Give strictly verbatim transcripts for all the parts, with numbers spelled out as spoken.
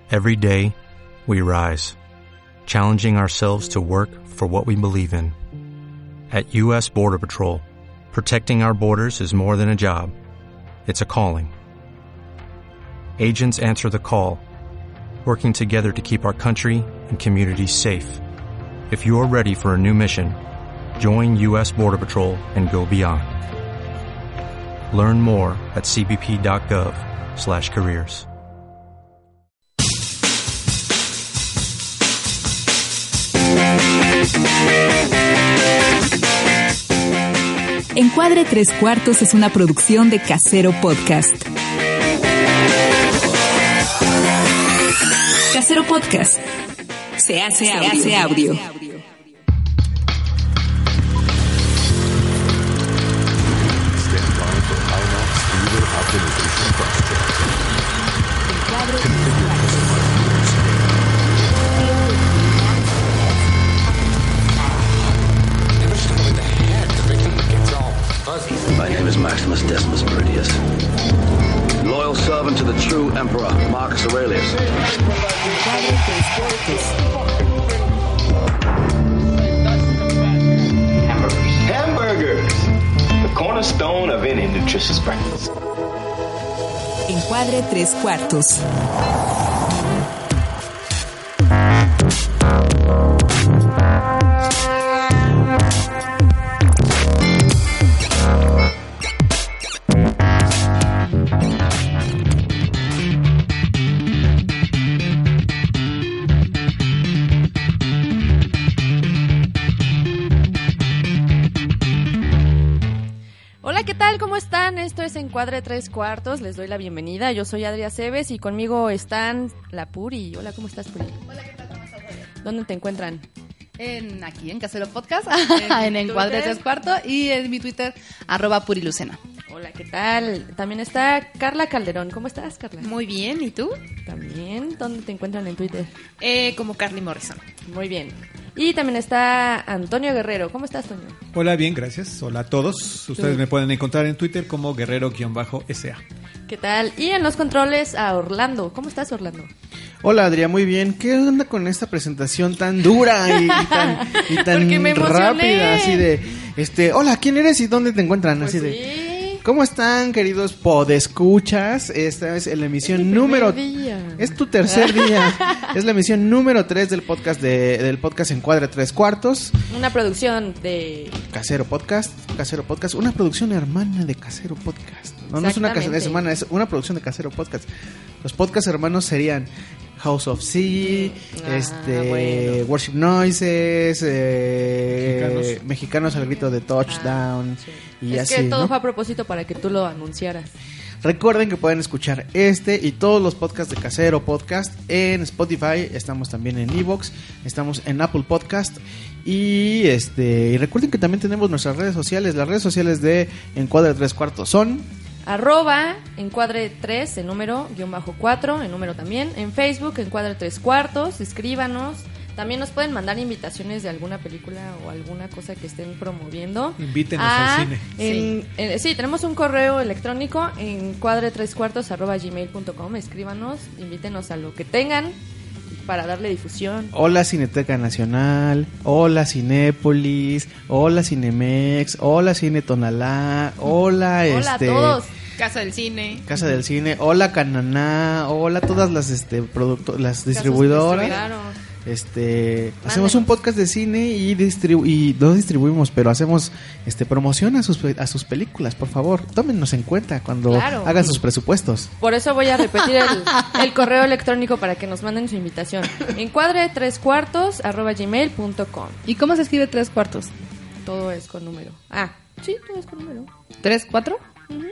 Every day, we rise, challenging ourselves to work for what we believe in. At U S Border Patrol, protecting our borders is more than a job. It's a calling. Agents answer the call, working together to keep our country and communities safe. If you're ready for a new mission, join U S Border Patrol and go beyond. Learn more at c b p dot gov slash careers. Encuadre Tres Cuartos es una producción de Casero Podcast. Casero Podcast. Se hace audio. Se hace audio. My name is Maximus Decimus Meridius, loyal servant to the true Emperor Marcus Aurelius. Hamburgers. Hamburgers, the cornerstone of any nutritious breakfast. Encuadre Tres Cuartos. Esto es Encuadre Tres Cuartos, les doy la bienvenida, yo soy Adria Cebes y conmigo están la Puri. Hola, ¿cómo estás, Puri? Hola, ¿qué tal? ¿Cómo estás? ¿Dónde te encuentran? En, aquí en Casero Podcast, en, en Encuadre Tres Cuartos y en mi Twitter, arroba Purilucena. Hola, ¿qué tal? También está Carla Calderón, ¿cómo estás, Carla? Muy bien, ¿y tú? También, ¿dónde te encuentran en Twitter? Eh, como Carly Morrison. Muy bien. Y también está Antonio Guerrero. ¿Cómo estás, Toño? Hola, bien, gracias. Hola a todos. Ustedes sí. Me pueden encontrar en Twitter como Guerrero-S A. ¿Qué tal? Y en los controles a Orlando. ¿Cómo estás, Orlando? Hola, Adrián, muy bien. ¿Qué onda con esta presentación tan dura y, y tan, y tan rápida? Así de, este, hola, ¿quién eres y dónde te encuentran? Pues así de, sí. ¿Cómo están, queridos podescuchas? Esta es la emisión es número... día. Es tu tercer día. Es la emisión número tres del podcast de, del podcast Encuadre Tres Cuartos. Una producción de... Casero Podcast. Casero Podcast. Una producción hermana de Casero Podcast. No, no es una casa de semana, es una producción de Casero Podcast. Los podcasts hermanos serían House of Sea, ah, este, bueno. Worship Noises, eh, Mexicanos. Mexicanos al grito de Touchdown. Ah, sí. Y es así, que todo ¿no? fue a propósito para que tú lo anunciaras. Recuerden que pueden escuchar este y todos los podcasts de Casero Podcast en Spotify. Estamos también en Evox, estamos en Apple Podcast. Y este y recuerden que también tenemos nuestras redes sociales. Las redes sociales de Encuadre Tres Cuartos son... Arroba Encuadre tres, el número, guión bajo cuatro, el número también. En Facebook, Encuadre Tres Cuartos, escríbanos. También nos pueden mandar invitaciones de alguna película o alguna cosa que estén promoviendo. Invítenos a, al cine. En, sí. En, sí, tenemos un correo electrónico en encuadre tres cuartos arroba gmail punto com. Escríbanos, invítenos a lo que tengan para darle difusión. Hola Cineteca Nacional, hola Cinépolis, hola Cinemex, hola Cine Tonalá, hola, hola este... a todos. Casa del Cine. Casa del Cine, hola Cananá, hola todas las este producto, las distribuidoras. Claro. Este, Mándenos. Hacemos un podcast de cine y distribu y no distribuimos, pero hacemos este promoción a sus a sus películas, por favor, tómennos en cuenta cuando claro. hagan sus presupuestos. Por eso voy a repetir el, el correo electrónico para que nos manden su invitación. Encuadre tres cuartos arroba gmail punto com. ¿Y cómo se escribe tres cuartos? Todo es con número. Ah, sí, todo es con número. ¿Tres, cuatro? Uh-huh.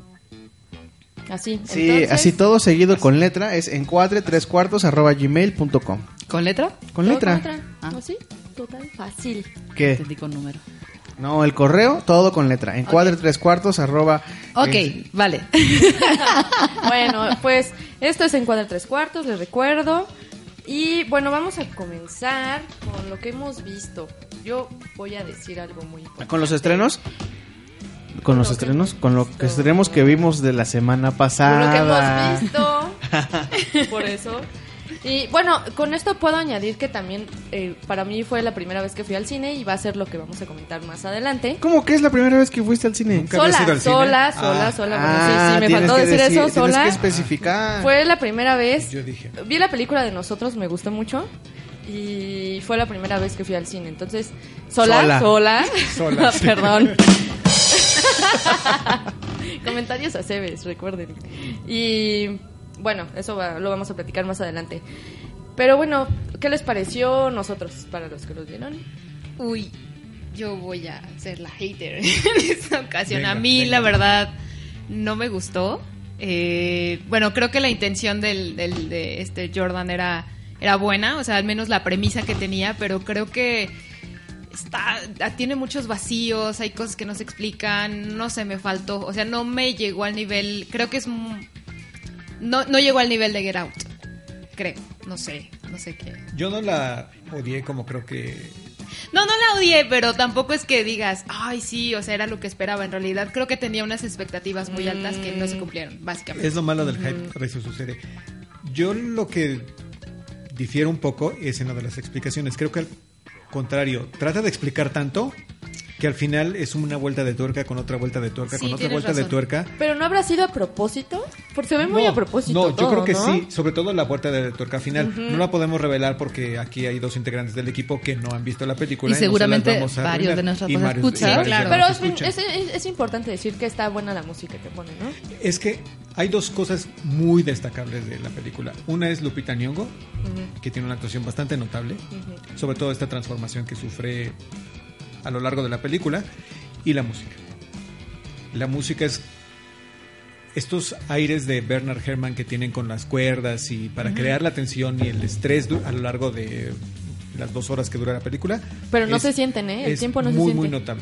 Así. Sí, entonces, así todo seguido con letra es encuadre tres cuartos arroba gmail punto com. ¿Con letra? Con todo letra. Con letra. Ah. ¿No, sí? Total, fácil. ¿Qué? Entendí con número. No, el correo, todo con letra. Encuadre okay. tres cuartos arroba... Ok, eh, vale. Bueno, pues esto es Encuadre Tres Cuartos, les recuerdo. Y bueno, vamos a comenzar con lo que hemos visto. Yo voy a decir algo muy importante. ¿Con los estrenos? Con los estrenos, con lo que estrenemos que vimos de la semana pasada. Con lo que hemos visto. Por eso. Y bueno, con esto puedo añadir que también eh, para mí fue la primera vez que fui al cine y va a ser lo que vamos a comentar más adelante. ¿Cómo que es la primera vez que fuiste al cine? ¿Nunca habías Sola, ido al cine? sola, sola, Ah. sola. Ah, Bueno, sí, sí, me tienes faltó que decir, decir- eso, tienes sola. que especificar. Fue la primera vez. Yo dije. Vi la película de Nosotros, me gustó mucho. Y fue la primera vez que fui al cine. Entonces, sola, Sola. sola. Sola, sí. Perdón. Comentarios a Cebes, recuerden. Y bueno, eso va- lo vamos a platicar más adelante. Pero bueno, ¿qué les pareció Nosotros para los que los vieron? Uy, yo voy a ser la hater en esta ocasión. Venga, a mí, venga. la verdad, no me gustó. Eh, bueno, creo que la intención del, del- de este Jordan era, era buena, o sea, al menos la premisa que tenía, pero creo que está, tiene muchos vacíos, hay cosas que no se explican, no sé, me faltó, o sea, no me llegó al nivel, creo que es, mu- no, no llegó al nivel de Get Out, creo, no sé, no sé qué. Yo no la odié como creo que... No, no la odié, pero tampoco es que digas, ay, sí, o sea, era lo que esperaba. En realidad, creo que tenía unas expectativas muy altas que no se cumplieron, básicamente. Es lo malo del hype, a veces sucede. Yo lo que difiero un poco es en lo de las explicaciones. Creo que al contrario, trata de explicar tanto que al final es una vuelta de tuerca con otra vuelta de tuerca Sí, con otra tienes vuelta de razón. tuerca. Pero no habrá sido a propósito, porque se ve muy No, a propósito. No, yo todo, creo que ¿no? sí, sobre todo la vuelta de tuerca final. No la podemos revelar porque aquí hay dos integrantes del equipo que no han visto la película. Y no se las seguramente vamos a varios arruinar. de nuestras Y cosas varios- escuchan. y varios Sí, de claro. Pero nos es, escuchan. es- es importante decir que está buena la música que pone, ¿no? Es que hay dos cosas muy destacables de la película. Una es Lupita Nyong'o, que tiene una actuación bastante notable, sobre todo esta transformación que sufre a lo largo de la película, y la música. La música es estos aires de Bernard Herrmann que tienen con las cuerdas y para crear la tensión y el estrés du- a lo largo de las dos horas que dura la película. Pero no es- se sienten, ¿eh? El es tiempo no se muy, siente. muy notable.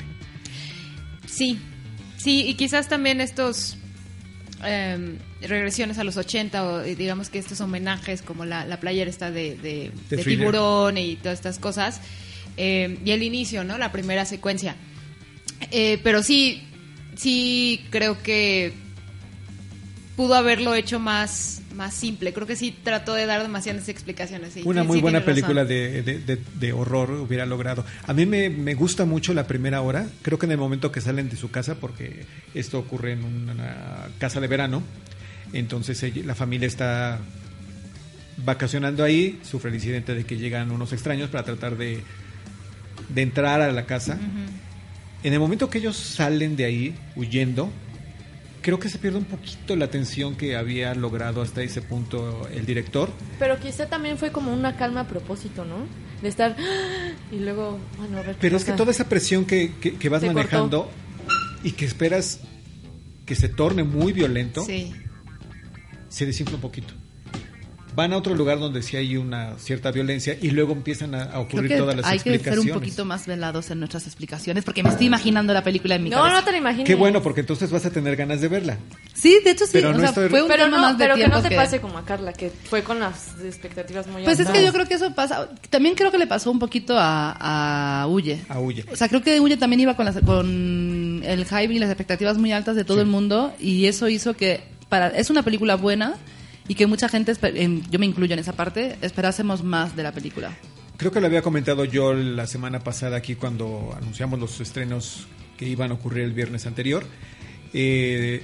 Sí, sí, y quizás también estos eh, regresiones a los ochenta, o eh, digamos que estos homenajes como la, la playera esta de, de, De de Thriller. tiburón y todas estas cosas, eh, y el inicio, ¿no? La primera secuencia. Eh, pero sí, sí creo que pudo haberlo hecho más, más simple. Creo que sí trató de dar demasiadas explicaciones. Sí, Una sí, muy sí, buena tienes película razón. de, de, de- de horror hubiera logrado. A mí me, me gusta mucho la primera hora. Creo que en el momento que salen de su casa, porque esto ocurre en una casa de verano, entonces ella- la familia está vacacionando ahí, sufre el incidente de que llegan unos extraños para tratar de, de entrar a la casa. En el momento que ellos salen de ahí huyendo, creo que se pierde un poquito la tensión que había logrado hasta ese punto el director. Pero quizá también fue como una calma a propósito, ¿no? De estar... ¡ah! Y luego, bueno, a ver qué Pero es que pasa. toda esa presión que, que, que vas Se manejando y que esperas que se torne muy violento, Sí. se desinfla un poquito. Van a otro lugar donde sí hay una cierta violencia y luego empiezan a, a Creo ocurrir que todas las hay que ser explicaciones. un poquito más velados en nuestras explicaciones porque me estoy imaginando la película en mi No, cabeza. no te lo imagines. Qué bueno, porque entonces vas a tener ganas de verla. Sí, de hecho sí. Pero o no sea, estoy- fue un Pero tema no, más de pero que no tiempo te pase como a Carla, que fue con las expectativas muy Pues es altas. que yo creo que eso pasa. También creo que le pasó un poquito a, a Huye. A Huye. O sea, creo que Huye también iba con, las, con el hype y las expectativas muy altas de todo Sí. el mundo y eso hizo que para es una película buena y que mucha gente, esper- en- yo me incluyo en esa parte, esperásemos más de la película. Creo que lo había comentado yo la semana pasada aquí cuando anunciamos los estrenos que iban a ocurrir el viernes anterior. Eh,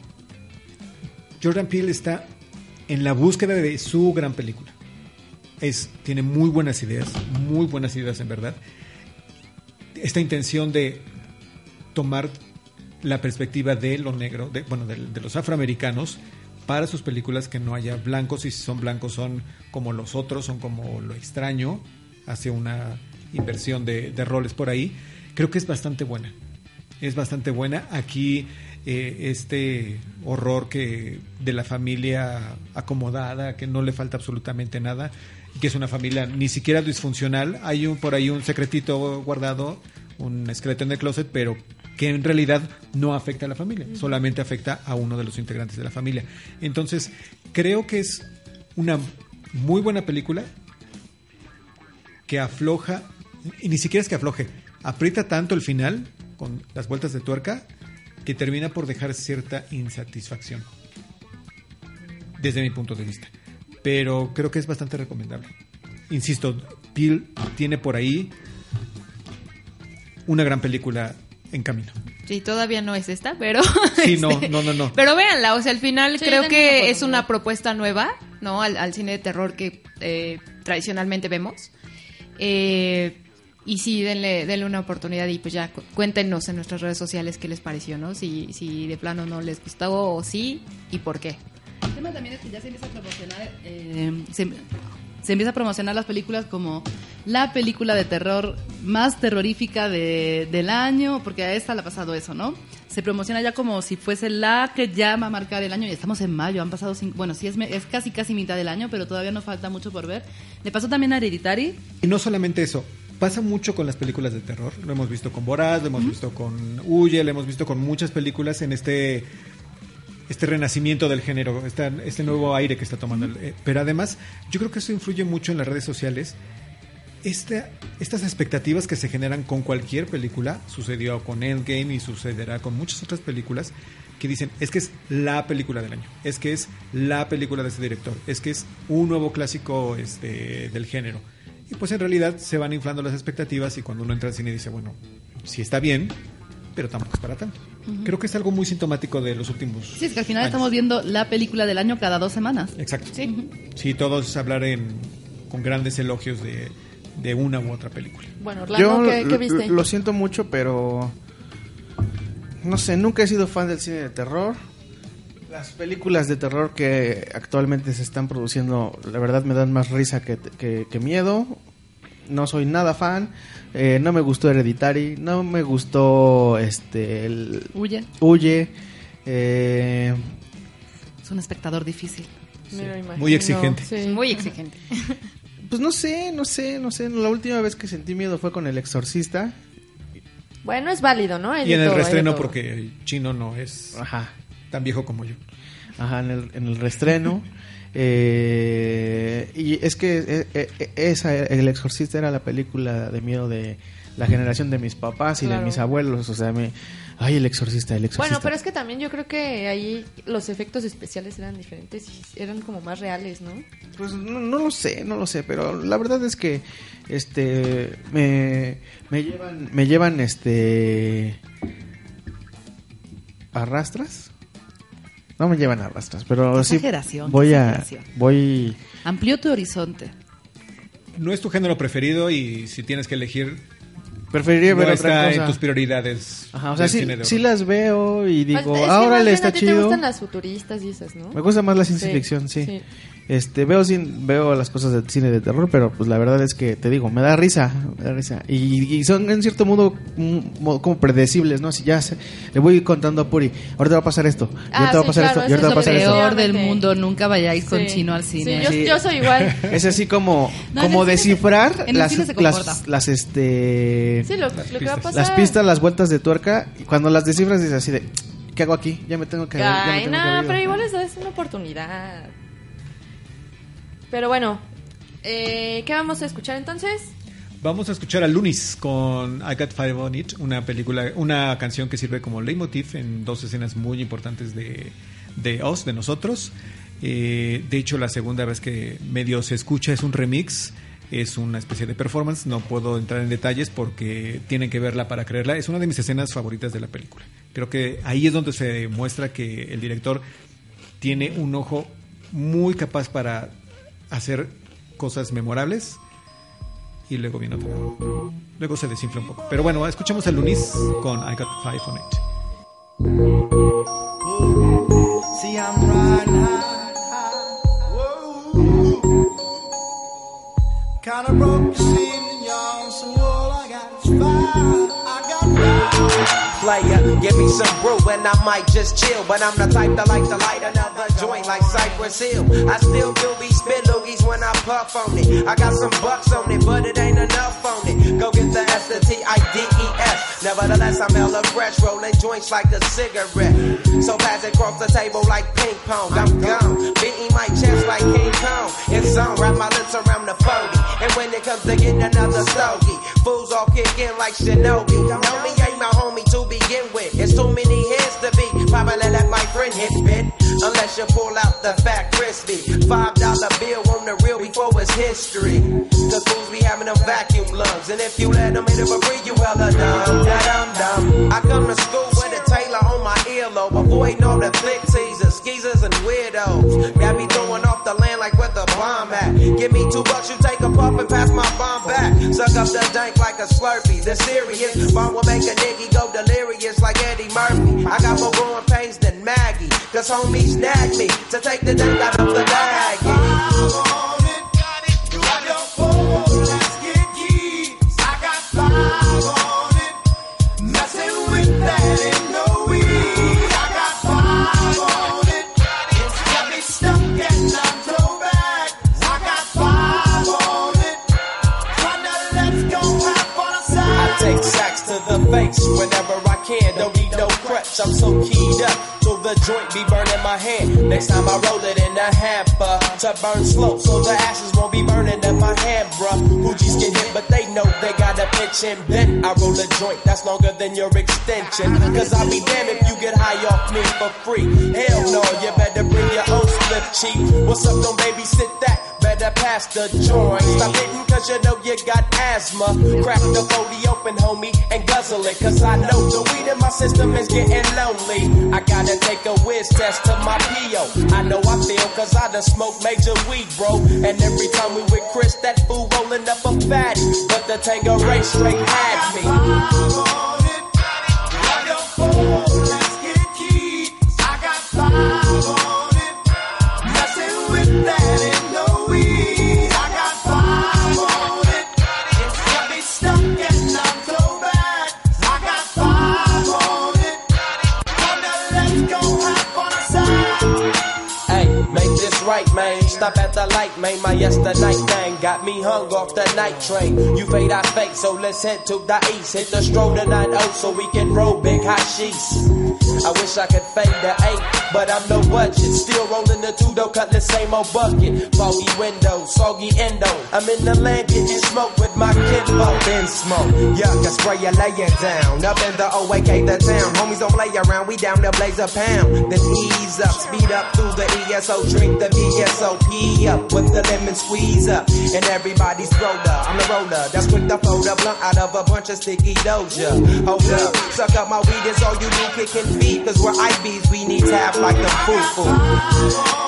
Jordan Peele está en la búsqueda de su gran película. Es, tiene muy buenas ideas, muy buenas ideas en verdad. Esta intención de tomar la perspectiva de lo negro, de, bueno, de, de los afroamericanos para sus películas, que no haya blancos, y si son blancos son como los otros, son como lo extraño, hace una inversión de, de roles por ahí. Creo que es bastante buena, es bastante buena. Aquí eh, este horror que de la familia acomodada, que no le falta absolutamente nada, y que es una familia ni siquiera disfuncional. Hay un, por ahí un secretito guardado, un esqueleto en el closet, pero que en realidad no afecta a la familia, solamente afecta a uno de los integrantes de la familia. Entonces, creo que es una muy buena película que afloja, y ni siquiera es que afloje, aprieta tanto el final con las vueltas de tuerca que termina por dejar cierta insatisfacción, desde mi punto de vista. pero creo que es bastante recomendable. Insisto, Peele tiene por ahí una gran película en camino. Sí, todavía no es esta, pero... Sí, no, este, no, no, no. Pero véanla, o sea, al final Sí, creo denle que una es una oportunidad. propuesta nueva, ¿no? Al, al cine de terror que eh, tradicionalmente vemos. Eh, y sí, denle, denle una oportunidad y pues ya cu- cuéntenos en nuestras redes sociales qué les pareció, ¿no? Si, si de plano no les gustó o sí, y por qué. El tema también es que ya se empieza a promocionar, eh, se, se empieza a promocionar las películas como la película de terror más terrorífica de, del año, porque a esta le ha pasado eso, ¿no? Se promociona ya como si fuese la que ya va a marcar el año, y estamos en mayo, han pasado cinco, bueno, sí es, me- es casi casi mitad del año, pero todavía nos falta mucho por ver. Le pasó también a Hereditary. Y no solamente eso, pasa mucho con las películas de terror. Lo hemos visto con Borat, lo hemos visto con Huye, lo hemos visto con muchas películas en este este renacimiento del género, esta, este nuevo aire que está tomando. el- eh, pero además, yo creo que eso influye mucho en las redes sociales. Este, estas expectativas que se generan con cualquier película, sucedió con Endgame y sucederá con muchas otras películas, que dicen, es que es la película del año, es que es la película de este director, es que es un nuevo clásico este, del género. Y pues en realidad se van inflando las expectativas y cuando uno entra al cine dice, bueno, sí está bien, pero tampoco es para tanto. Uh-huh. Creo que es algo muy sintomático de los últimos Sí, es que al final años. estamos viendo la película del año cada dos semanas. Exacto. Sí. Sí, todos hablar en, con grandes elogios de, de una u otra película. Bueno, Orlando, Yo ¿qué, qué viste? lo siento mucho, pero no sé, nunca he sido fan del cine de terror. Las películas de terror que actualmente se están produciendo, la verdad me dan más risa que, que, que miedo. No soy nada fan. Eh, no me gustó Hereditary, no me gustó este el Huye. Huye. Eh, Es un espectador difícil. Me lo imagino, Muy exigente. sí. Muy exigente. pues no sé, no sé, no sé. La última vez que sentí miedo fue con El Exorcista. Bueno, es válido, ¿no? Hay Y de en el todo, hay de reestreno, todo. porque el chino no es Ajá. tan viejo como yo. Ajá, en el, en el reestreno. eh, y es que eh, eh, esa, El Exorcista era la película de miedo de la generación de mis papás y Claro. de mis abuelos. O sea, me, ay, El Exorcista, El Exorcista. Bueno, pero es que también yo creo que ahí los efectos especiales eran diferentes y eran como más reales, ¿no? Pues no, no lo sé, no lo sé, pero la verdad es que este me, me llevan me llevan este arrastras. No me llevan arrastras, pero sí Exageración, voy a exageración. voy Amplió tu horizonte. No es tu género preferido y si tienes que elegir, preferiría no ver está otra en cosa. tus prioridades. Ajá, o sea, del sí, cine de sí horror. las veo y digo, Pues, es que ahora más le bien está a ti te chido. gustan las futuristas y esas, ¿no? Me gusta más la ciencia Sí, ficción, sí. sí. Este, veo sin, veo las cosas del cine de terror, pero pues la verdad es que te digo, me da risa, me da risa. Y, y son en cierto modo mm, mo- como predecibles, ¿no? Si ya se- le voy contando a Puri, ahorita va a pasar esto, y Ah, ahorita va a sí, pasar claro, esto, y eso ahorita va a es pasar lo esto. Peor del Obviamente. mundo, nunca vayáis con Sí. chino al cine. Sí, yo, Sí. yo soy igual. Es así como, No, como en el cine- descifrar en el las, cine se comporta. las, las, este, Sí, lo, lo que va a pistas. pasar. las pistas, las vueltas de tuerca, y cuando las descifras dices así de, ¿qué hago aquí? Ya me tengo que haber, ya me Ay, tengo no, que haber ido. pero igual es, es una oportunidad. Pero bueno, eh, ¿qué vamos a escuchar entonces? Vamos a escuchar a Lunis con I Got Five on It, una película, una canción que sirve como leitmotiv en dos escenas muy importantes de, de Us, de nosotros. Eh, de hecho, la segunda vez que medio se escucha es un remix, es una especie de performance. No puedo entrar en detalles porque tienen que verla para creerla. Es una de mis escenas favoritas de la película. Creo que ahí es donde se muestra que el director tiene un ojo muy capaz para hacer cosas memorables y luego viene otra. Luego se desinfla un poco. Pero bueno, escuchamos a Lunis con I Got Five on It. See, I'm riding high, high. Whoa. Kinda broke this evening, y'all. So all I got is five. I got five. Player, give me some brew and I might just chill. But I'm the type that like to light another joint like Cypress Hill. I still do be spit loogies when I puff on it. I got some bucks on it, but it ain't enough on it. Go get the S, the T, I, D, E, S. Nevertheless, I'm hella fresh, rolling joints like a cigarette. So pass it across the table like ping pong. I'm gone, beating my chest like King Kong. It's on, wrap my lips around the forty. And when it comes to getting another stogie, fools all kick in like Shinobi. Know me ain't my homie to begin with. It's too many heads to be. Probably let my friend hit bit. Unless cash, you pull out the fat crispy. Five dollar bill on the real before it's history. Cause fools be having them vacuum lungs. And if you let them hit it for free, you hella dumb, da dum dum. I come to school with a Taylor on my earlobe, avoiding all the flick teasers, skeezers and weirdos. Got me throwing off the land like where the bomb at. Give me two bucks, you take a puff and pass my bomb back. Suck up the dank like a Slurpee. The serious bomb will make a nigga go delirious like Eddie Murphy. I got more growing pains than Maggie, cause homies nagged me to take the dank out of the bag. Face whenever I can, don't need no crutch, I'm so keyed up, so the joint be burning my hand. Next time I roll it in a hamper, to burn slow, so the ashes won't be burning in my hand, bruh. Hoogies get hit, but they know they got a pitch and bent. I roll a joint that's longer than your extension, cause I'll be damned if you get high off me for free. Hell no, you better bring your own slip cheek. What's up, don't babysit that? Better pass the joint. Stop hitting cause you know you got asthma. Crack the forty open, homie, and guzzle it, cause I know the weed in my system is getting lonely. I gotta take a whiz test to my P O. I know I feel cause I done smoked major weed, bro. And every time we with Chris, that fool rolling up a fatty. But the Tangeray straight had me. Right, man, stop at the light, man. My yesterday thing got me hung off the night train. You fade, I fake, so let's head to the east. Hit the stroll to nine oh so we can roll big hot sheets. I wish I could fade the eight, but I'm no budget. Still rolling the two, though, cut the same old bucket. Foggy windows, soggy endo. I'm in the land getting smoke with my kinfolk. In smoke, yuck, I spray you, lay it down. Up in the O A K, the town. Homies don't play around, we down to blaze a pound. Then ease up, speed up through the E S O, drink the V S O P up with the lemon squeeze up. And everybody's roller, I'm the roller. That's quick to fold a blunt out of a bunch of sticky doja. Hold up, suck up my weed, it's all you do, kicking feet. Cause we're I Bs, we need to have like the foo-foo.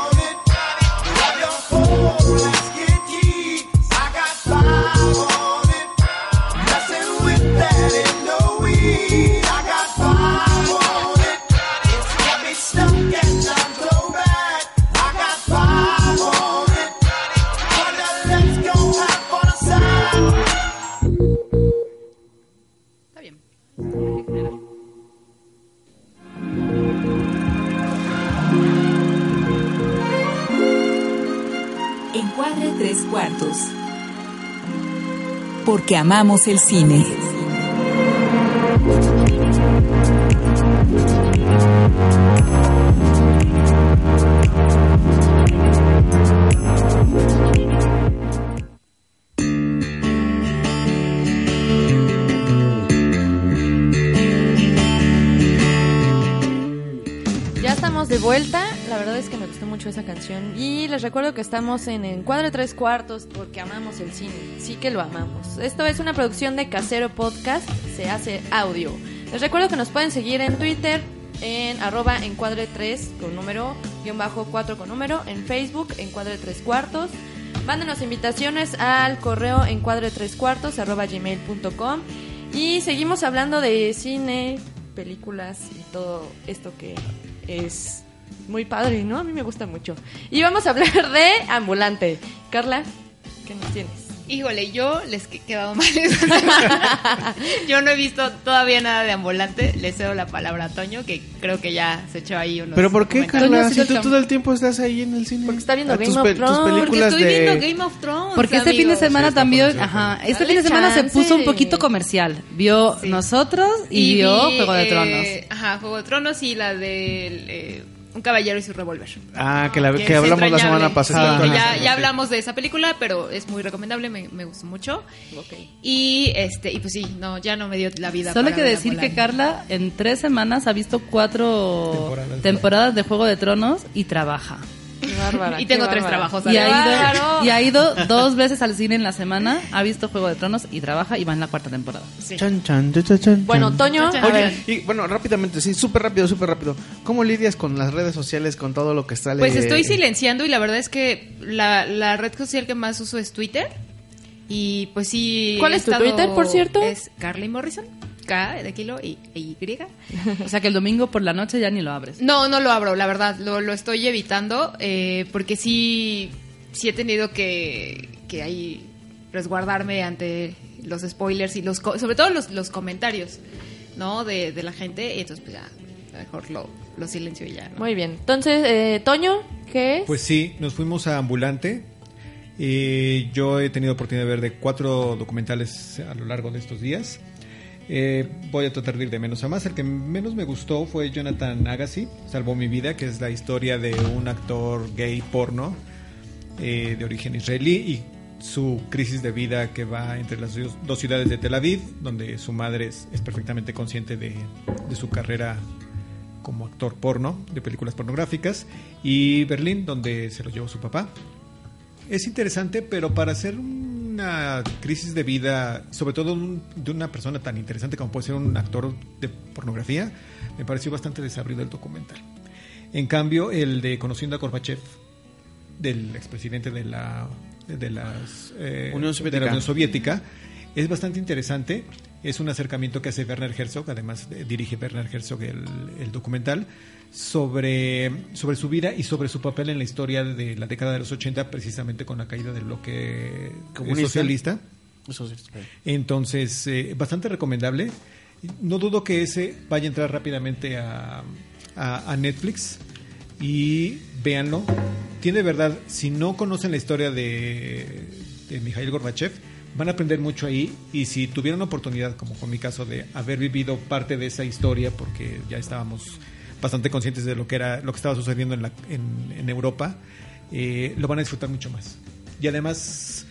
Encuadre tres cuartos. Porque amamos el cine. De vuelta, la verdad es que me gustó mucho esa canción y les recuerdo que estamos en Encuadre tres cuartos porque amamos el cine, sí que lo amamos. Esto es una producción de Casero Podcast, se hace audio. Les recuerdo que nos pueden seguir en Twitter en arroba encuadre tres con número, guión bajo cuatro con número, en Facebook Encuadre tres cuartos. Mándenos invitaciones al correo encuadre tres cuartos arroba gmail punto com y seguimos hablando de cine, películas y todo esto que es muy padre, ¿no? A mí me gusta mucho. Y vamos a hablar de Ambulante. Carla, ¿qué nos tienes? Híjole, yo les he quedado mal esta semana. Yo no he visto todavía nada de Ambulante. Le cedo la palabra a Toño, que creo que ya se echó ahí unos. ¿Pero por qué, Carla? Si tú todo el tiempo estás ahí en el cine. Porque está viendo a Game tus of pe- Thrones. tus películas Porque estoy de... viendo Game of Thrones. Porque este amigo. fin de semana Sí, también, ajá, este Dale fin de semana chance. se puso un poquito comercial. Vio Sí. Nosotros y, vio vi, Juego de eh, Tronos. Ajá, Juego de Tronos y la del... Eh, Un caballero y su revólver. Ah, que, la, que, es hablamos la entrañable. semana pasada. Sí, que Ah, ya, sí. ya hablamos de esa película, pero es muy recomendable, me, me gustó mucho. Okay. Y este y pues sí, no, ya no me dio la vida. Solo hay para que ver a decir Mulan. que Carla en tres semanas ha visto cuatro Temporadas. temporadas de Juego de Tronos y trabaja. Qué bárbara. Y tengo qué tres bárbara. trabajos. Y ha, ¡Bárbaro! ido, y ha ido dos veces al cine en la semana, ha visto Juego de Tronos y trabaja y va en la cuarta temporada. Sí. Chan, chan, chan, chan, chan. Bueno, Toño, Chan, a chan. ver. Y bueno, rápidamente, sí, súper rápido, súper rápido. ¿Cómo lidias con las redes sociales, con todo lo que sale? Pues estoy silenciando y la verdad es que la, la red social que más uso es Twitter. Y pues sí. ¿Cuál he es tu estado- Twitter, por cierto? Es Carly Morrison. K de kilo y, e Y. O sea que el domingo por la noche ya ni lo abres. No, no lo abro, la verdad. Lo, lo estoy evitando eh, porque sí, sí he tenido que, que ahí resguardarme ante los spoilers y los co- sobre todo los, los comentarios, ¿no? De, de la gente. Y entonces pues ya, mejor lo, lo silencio y ya, ¿no? Muy bien. Entonces, eh, Toño, ¿qué es? Pues sí, nos fuimos a Ambulante. Eh, yo he tenido oportunidad de ver de cuatro documentales a lo largo de estos días. Eh, voy a tratar de ir de menos a más. El que menos me gustó fue Jonathan Agassi, Salvó mi vida, que es la historia de un actor gay porno eh, de origen israelí y su crisis de vida que va entre las dos ciudades de Tel Aviv, donde su madre es, es perfectamente consciente de, de su carrera como actor porno de películas pornográficas, y Berlín, donde se lo llevó su papá. Es interesante, pero para hacer una crisis de vida, sobre todo un, de una persona tan interesante como puede ser un actor de pornografía, me pareció bastante desabrido el documental. En cambio, el de Conociendo a Gorbachev, del expresidente de la, de las, eh, Unión Soviética. de la Unión Soviética, es bastante interesante. Es un acercamiento que hace Werner Herzog, además eh, dirige Werner Herzog el, el documental, sobre, sobre su vida y sobre su papel en la historia de la década de los ochenta, precisamente con la caída del bloque Comunista. socialista. Eso sí, sí. Entonces, eh, bastante recomendable. No dudo que ese vaya a entrar rápidamente a, a, a Netflix y véanlo. Tiene verdad, si no conocen la historia de, de Mikhail Gorbachev, van a aprender mucho ahí, y si tuvieron la oportunidad, como fue mi caso, de haber vivido parte de esa historia, porque ya estábamos bastante conscientes de lo que era lo que estaba sucediendo en, la, en, en Europa, eh, lo van a disfrutar mucho más. Y además,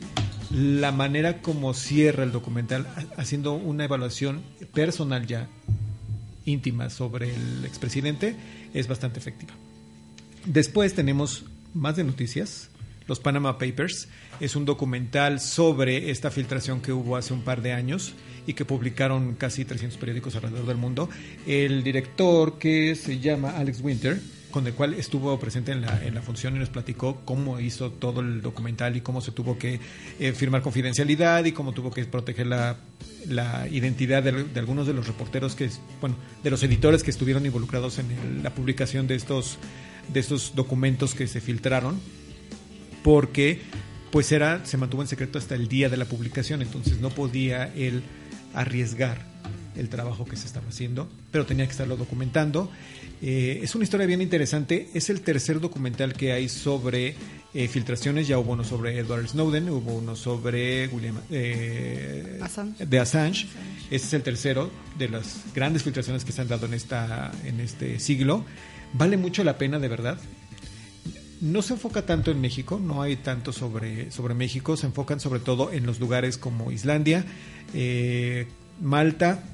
la manera como cierra el documental, haciendo una evaluación personal ya íntima sobre el expresidente, es bastante efectiva. Después tenemos más de noticias. Los Panama Papers es un documental sobre esta filtración que hubo hace un par de años y que publicaron casi trescientos periódicos alrededor del mundo. El director, que se llama Alex Winter, con el cual estuvo presente en la, en la función y nos platicó cómo hizo todo el documental y cómo se tuvo que eh, firmar confidencialidad y cómo tuvo que proteger la, la identidad de, de algunos de los reporteros, que bueno, de los editores que estuvieron involucrados en el, la publicación de estos, de estos documentos que se filtraron, porque pues era, se mantuvo en secreto hasta el día de la publicación, entonces no podía él arriesgar el trabajo que se estaba haciendo, pero tenía que estarlo documentando. Eh, es una historia bien interesante. Es el tercer documental que hay sobre eh, filtraciones. Ya hubo uno sobre Edward Snowden, hubo uno sobre William eh, Assange. de Assange. Este es el tercero de las grandes filtraciones que se han dado en esta en este siglo. Vale mucho la pena, de verdad. No se enfoca tanto en México, no hay tanto sobre, sobre México, se enfocan sobre todo en los lugares como Islandia, eh, Malta,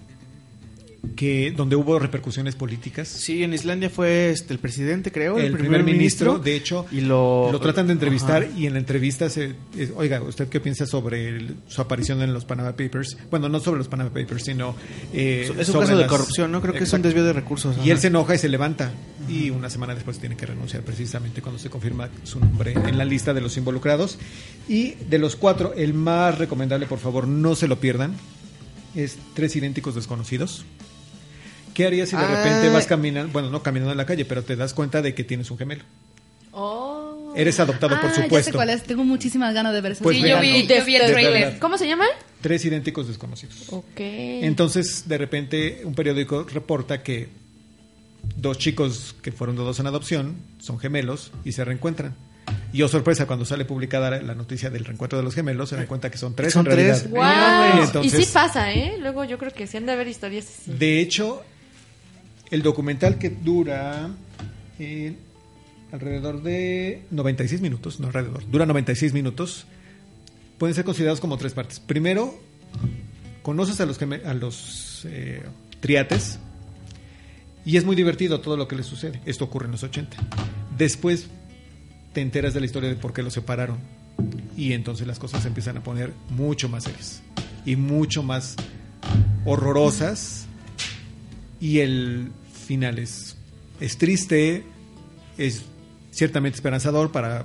que donde hubo repercusiones políticas. Sí, en Islandia fue este, el presidente, creo, El, el, primer, ministro, de hecho, y lo, lo tratan de entrevistar. Ajá. Y en la entrevista se, es, oiga, ¿usted qué piensa sobre el, su aparición en los Panama Papers? Bueno, no sobre los Panama Papers, sino es eh, un sobre caso de las- corrupción, ¿no? Creo que es un Exacto. desvío de recursos. Y ajá. él se enoja y se levanta, y una semana después tiene que renunciar, precisamente cuando se confirma su nombre en la lista de los involucrados. Y de los cuatro, el más recomendable, por favor, no se lo pierdan, es Tres idénticos desconocidos. ¿Qué harías si de Ah. repente vas caminando, bueno, no caminando en la calle, pero te das cuenta de que tienes un gemelo? Oh. Eres adoptado, Ah, por ya sé supuesto. cuál es. Tengo muchísimas ganas de ver esa Pues Sí, película. yo vi, véanlo. yo vi el De trailer. verdad. ¿Cómo se llama? Tres idénticos desconocidos. Ok. Entonces, de repente, un periódico reporta que dos chicos que fueron dados en adopción son gemelos y se reencuentran. Y oh sorpresa, cuando sale publicada la noticia del reencuentro de los gemelos, se dan cuenta que son tres Son en realidad. tres. Wow. Y Y entonces, sí pasa, ¿eh? Luego yo creo que sí han de haber historias así. de hecho, el documental, que dura eh, alrededor de noventa y seis minutos, no alrededor, dura noventa y seis minutos. Pueden ser considerados como tres partes. Primero, conoces a los, a los eh, triates y es muy divertido todo lo que les sucede. Esto ocurre en los ochenta. Después te enteras de la historia de por qué los separaron y entonces las cosas se empiezan a poner mucho más serias y mucho más horrorosas y el final es, es triste, es ciertamente esperanzador para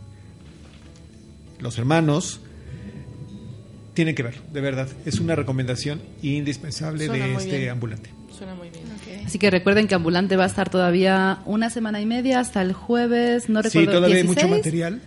los hermanos. Tienen que verlo, de verdad. Es una recomendación indispensable Suena de muy este bien. Ambulante. Suena muy bien. Okay. Así que recuerden que Ambulante va a estar todavía una semana y media hasta el jueves, no Sí, recuerdo, todavía hay dieciséis. mucho material.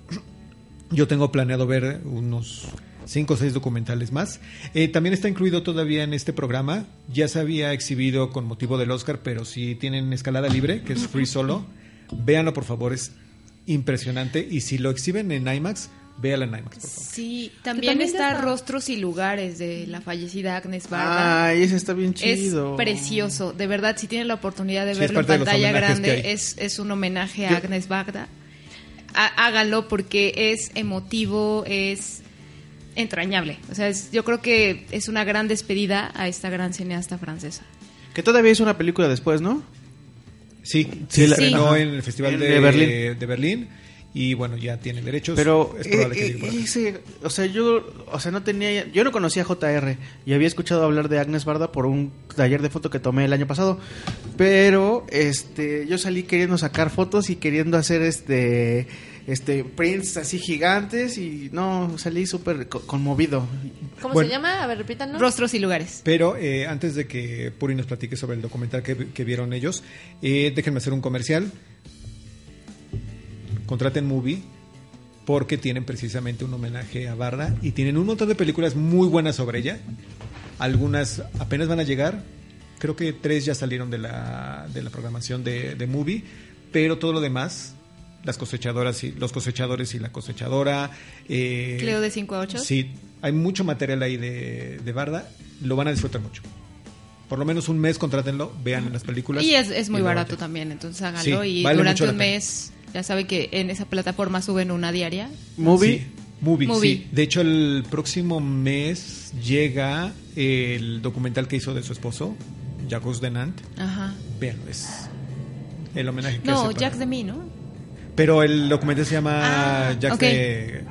Yo tengo planeado ver unos cinco o seis documentales más. Eh, también está incluido todavía en este programa. Ya se había exhibido con motivo del Oscar, pero si tienen escalada libre, que es Free Solo, véanlo por favor, es impresionante. Y si lo exhiben en IMAX, véanlo en IMAX, por favor. Sí, también, también ya está, está. Rostros y Lugares de la fallecida Agnes Barda. Ay, ese está bien chido. Es precioso, de verdad, si tienen la oportunidad de Sí, verlo es en parte de los pantalla homenajes que grande, hay. es, es un homenaje a Yo- Agnes Barda. Há- Háganlo porque es emotivo, es entrañable. O sea, es- yo creo que es una gran despedida a esta gran cineasta francesa. Que todavía es una película después, ¿no? Sí, Sí, se la- estrenó ajá. en el Festival En- de, de Berlín. de Berlín y bueno, ya tiene derechos. Pero es probable eh, que llegue por eh, acá. ese, o sea, yo, o sea, no tenía, yo no conocía a J R y había escuchado hablar de Agnes Barda por un taller de foto que tomé el año pasado, pero este, yo salí queriendo sacar fotos y queriendo hacer este, este prints así gigantes y no, salí súper co- conmovido. ¿Cómo Bueno. se llama? A ver, repítanos. Rostros y Lugares. Pero eh, antes de que Puri nos platique sobre el documental que, que vieron ellos, eh, déjenme hacer un comercial. Contraten Movie porque tienen precisamente un homenaje a Barda y tienen un montón de películas muy buenas sobre ella. Algunas apenas van a llegar. Creo que tres ya salieron de la, de la programación de, de Movie, pero todo lo demás, las cosechadoras y los cosechadores y la cosechadora. Eh, Cleo de cinco a ocho. Sí, hay mucho material ahí de, de Barda. Lo van a disfrutar mucho. Por lo menos un mes contrátenlo, vean las películas. Y es, es muy y luego barato ya. también, entonces háganlo. Sí, y vale durante mucho un la pena. mes, ya saben que en esa plataforma suben una diaria. Movie. Sí, Movie, Movie. sí. De hecho, el próximo mes llega el documental que hizo de su esposo, Jacques Denant. Ajá. Véanlo, es el homenaje que No, hace para- Jacques Demy, ¿no? Pero el documental se llama Ah, Jacques ok. de...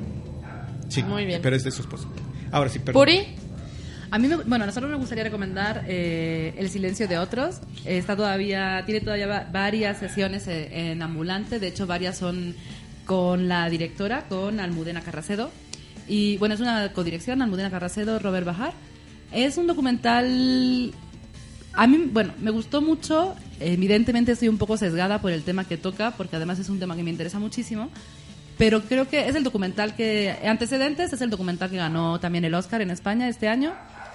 Sí, Muy bien. pero es de su esposo. Ahora sí, perdón. Puri. A mí, me- bueno, a nosotros nos gustaría recomendar eh, El silencio de otros. Eh, Está todavía, tiene todavía va- varias sesiones eh, en Ambulante. De hecho, varias son con la directora, con Almudena Carracedo. Y bueno, es una codirección, Almudena Carracedo, Robert Bajar. Es un documental. A mí, bueno, me gustó mucho. Evidentemente estoy un poco sesgada por el tema que toca, porque además es un tema que me interesa muchísimo. Pero creo que es el documental que... Antecedentes es el documental que ganó también el Oscar en España este año.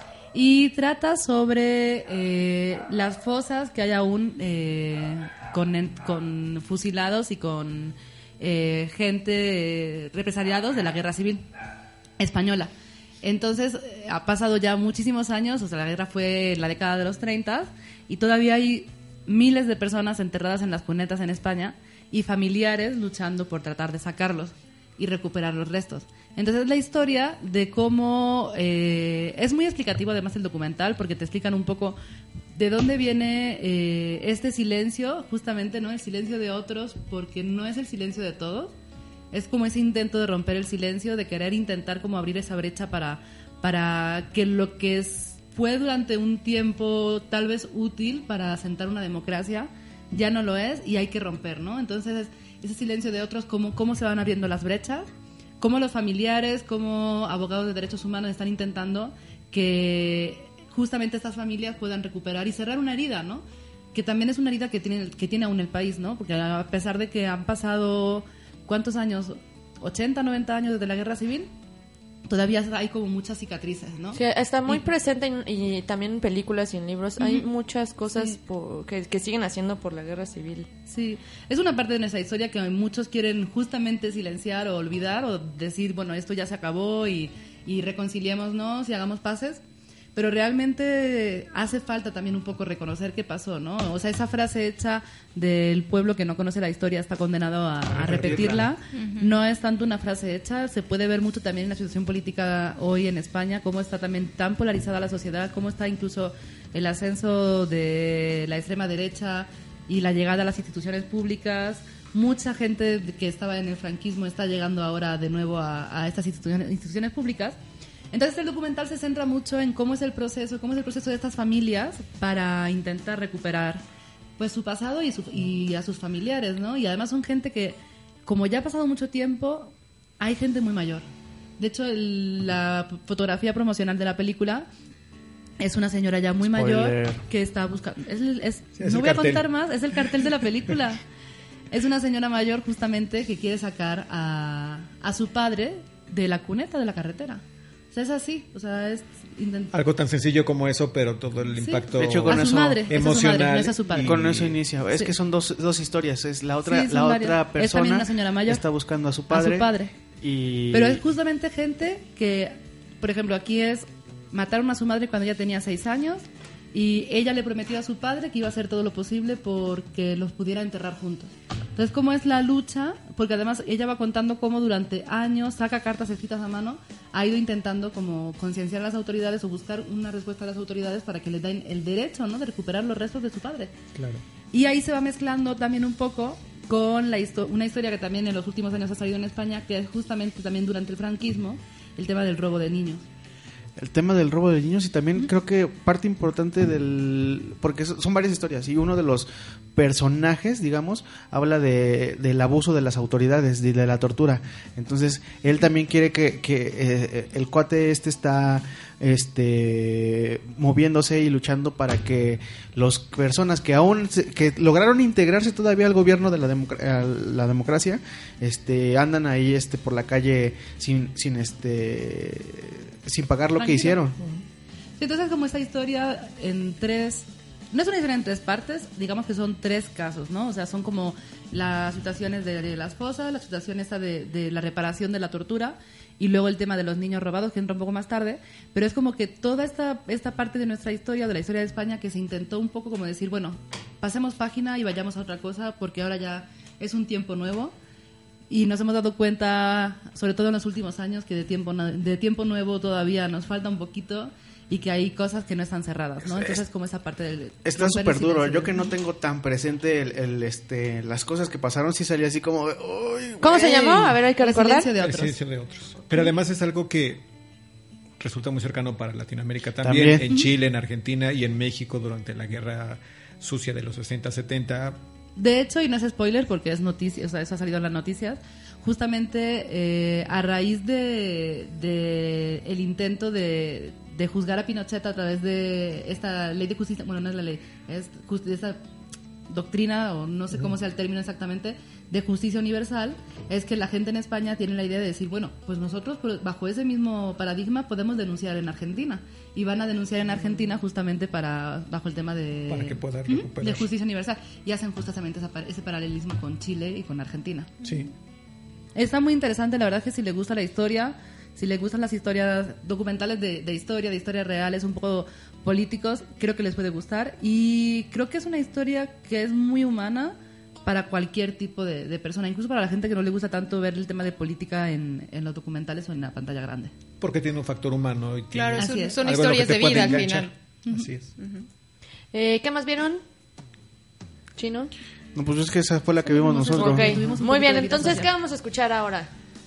Y trata sobre eh, las fosas que hay aún eh, con, en- con fusilados y con eh, gente eh, represaliados de la Guerra Civil Española. Entonces, eh, ha pasado ya muchísimos años, o sea, la guerra fue en la década de los treinta y todavía hay miles de personas enterradas en las cunetas en España y familiares luchando por tratar de sacarlos y recuperar los restos. Entonces, es la historia de cómo... eh, es muy explicativo además el documental porque te explican un poco de dónde viene eh, este silencio, justamente, ¿no? El silencio de otros, porque no es el silencio de todos. Es como ese intento de romper el silencio, de querer intentar como abrir esa brecha para, para que lo que es, fue durante un tiempo tal vez útil para asentar una democracia, ya no lo es y hay que romper, ¿no? Entonces, ese silencio de otros, cómo, cómo se van abriendo las brechas, cómo los familiares, cómo abogados de derechos humanos están intentando que justamente estas familias puedan recuperar y cerrar una herida, ¿no? Que también es una herida que tiene, que tiene aún el país, ¿no? Porque a pesar de que han pasado... ¿Cuántos años? ¿ochenta, noventa años desde la Guerra Civil? Todavía hay como muchas cicatrices, ¿no? Sí, está muy Y- presente en- y también en películas y en libros. Hay Ujú. muchas cosas Sí. por- que, que siguen haciendo por la guerra civil. Sí, es una parte de nuestra historia que muchos quieren justamente silenciar o olvidar o decir, bueno, esto ya se acabó y, y reconciliémonos y hagamos paces. pero realmente hace falta también un poco reconocer qué pasó, ¿no? O sea, esa frase hecha del pueblo que no conoce la historia está condenado a, a repetirla, uh-huh. no es tanto una frase hecha, se puede ver mucho también en la situación política hoy en España, cómo está también tan polarizada la sociedad, cómo está incluso el ascenso de la extrema derecha y la llegada a las instituciones públicas. Mucha gente que estaba en el franquismo está llegando ahora de nuevo a, a estas instituciones, instituciones públicas. Entonces el documental se centra mucho en cómo es el proceso, cómo es el proceso de estas familias para intentar recuperar pues su pasado y, su, y a sus familiares, ¿no? Y además son gente que, como ya ha pasado mucho tiempo, hay gente muy mayor. De hecho, el, la fotografía promocional de la película es una señora ya muy Spoiler. mayor que está buscando... Es, es, sí, es no voy cartel. a contar más, es el cartel de la película. Es una señora mayor justamente que quiere sacar a, a su padre de la cuneta de la carretera. O sea, es así, o sea, es intent... algo tan sencillo como eso, pero todo el impacto sí. de hecho, con a eso su madre, emocional. Es a su madre, no es a su padre. Con eso inicia. Es sí. que son dos, dos historias. Es la otra, sí, la varias. otra persona es también una señora mayor. está buscando a su padre. A su padre. Y... Pero es justamente gente que, por ejemplo, aquí es mataron a su madre cuando ella tenía seis años y ella le prometió a su padre que iba a hacer todo lo posible porque los pudiera enterrar juntos. Entonces, ¿cómo es la lucha? Porque además ella va contando cómo durante años, saca cartas escritas a mano, ha ido intentando como concienciar a las autoridades o buscar una respuesta a las autoridades para que les den el derecho, ¿no?, de recuperar los restos de su padre. Claro. Y ahí se va mezclando también un poco con la histo- una historia que también en los últimos años ha salido en España, que es justamente también durante el franquismo, el tema del robo de niños. El tema del robo de niños y también creo que parte importante del... Porque son varias historias y uno de los personajes, digamos, habla de del abuso de las autoridades, de, de la tortura. Entonces, él también quiere que, que eh, el cuate este está este moviéndose y luchando para que las personas que aún se, que lograron integrarse todavía al gobierno de la, democ- a la democracia, este andan ahí este por la calle sin sin este sin pagar lo Tranquilo. que hicieron. Sí, entonces como esta historia en tres, no es una historia en tres partes, digamos que son tres casos, ¿no? O sea, son como las situaciones de, de las fosas, la situación esta de, de la reparación de la tortura y luego el tema de los niños robados que entra un poco más tarde, pero es como que toda esta, esta parte de nuestra historia, de la historia de España, que se intentó un poco como decir, bueno, pasemos página y vayamos a otra cosa porque ahora ya es un tiempo nuevo. Y nos hemos dado cuenta, sobre todo en los últimos años, que de tiempo de tiempo nuevo todavía nos falta un poquito y que hay cosas que no están cerradas, ¿no? Entonces, como esa parte del... Está súper duro. Yo que no tengo tan presente el, el, este, las cosas que pasaron, sí salía así como... Uy, ¿Cómo se llamó? A ver, hay que recordar. El silencio de otros. El silencio de otros. Pero además es algo que resulta muy cercano para Latinoamérica también. también. En Chile, en Argentina y en México durante la guerra sucia de los sesenta, setenta... De hecho, y no es spoiler porque es noticia, o sea, eso ha salido en las noticias, justamente eh, a raíz de, de el intento de, de juzgar a Pinochet a través de esta ley de justicia, bueno, no es la ley, es just, esta doctrina, o no sé cómo sea el término exactamente, de justicia universal, es que la gente en España tiene la idea de decir, bueno, pues nosotros bajo ese mismo paradigma podemos denunciar en Argentina, y van a denunciar en Argentina justamente para bajo el tema de, para que pueda recuperar. de justicia universal, y hacen justamente esa, ese paralelismo con Chile y con Argentina. Sí. Está muy interesante, la verdad, que si le gusta la historia, si le gustan las historias documentales de, de historia, de historias reales, un poco políticos, creo que les puede gustar, y creo que es una historia que es muy humana para cualquier tipo de, de persona, incluso para la gente que no le gusta tanto ver el tema de política en, en los documentales o en la pantalla grande. Porque tiene un factor humano. Y claro, tiene son, es. son historias de vida al final. Uh-huh. Así es. Uh-huh. Eh, ¿Qué más vieron? ¿Chino? No, pues es que esa fue la que vimos nosotros. Okay. Muy bien, entonces, ¿qué vamos a escuchar ahora?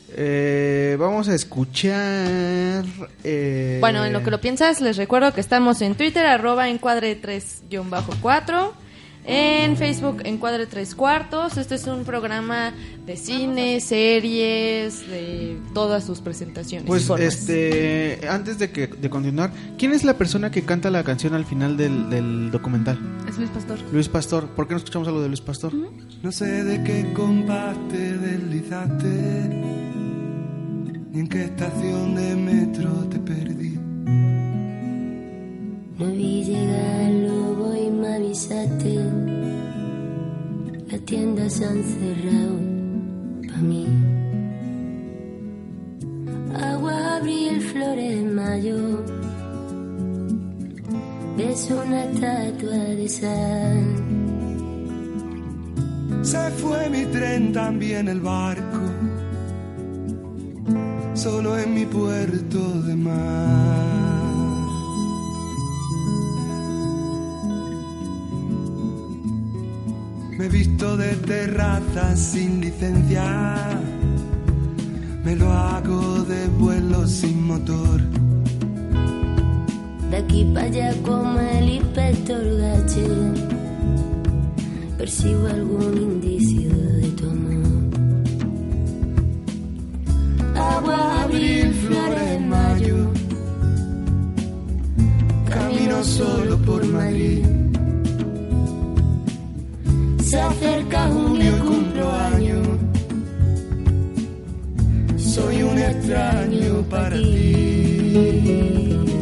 Eh, vamos a escuchar... Eh... Bueno, en lo que lo piensas, les recuerdo que estamos en Twitter, arroba encuadre tres guión bajo cuatro, en Facebook encuadre tres cuartos. Este es un programa de cine, series, de todas sus presentaciones. Pues este, antes de que de continuar, ¿quién es la persona que canta la canción al final del, del documental? Es Luis Pastor. Luis Pastor. ¿Por qué no escuchamos algo de Luis Pastor? ¿Mm? No sé de qué compás te deslizaste, ni en qué estación de metro te perdí. No vi llegar el lobo y me avisaste, las tiendas se han cerrado pa' mí. Agua, abril, flores, mayo, ves una estatua de sal. Se fue mi tren, también el barco, solo en mi puerto de mar. Me he visto de terrazas sin licencia, me lo hago de vuelo sin motor. De aquí para allá como el inspector Gache, percibo algún indicio de tu amor. Agua, abril, flores, mayo, camino solo por Madrid. Se acerca junio y cumplo año, soy un extraño para ti.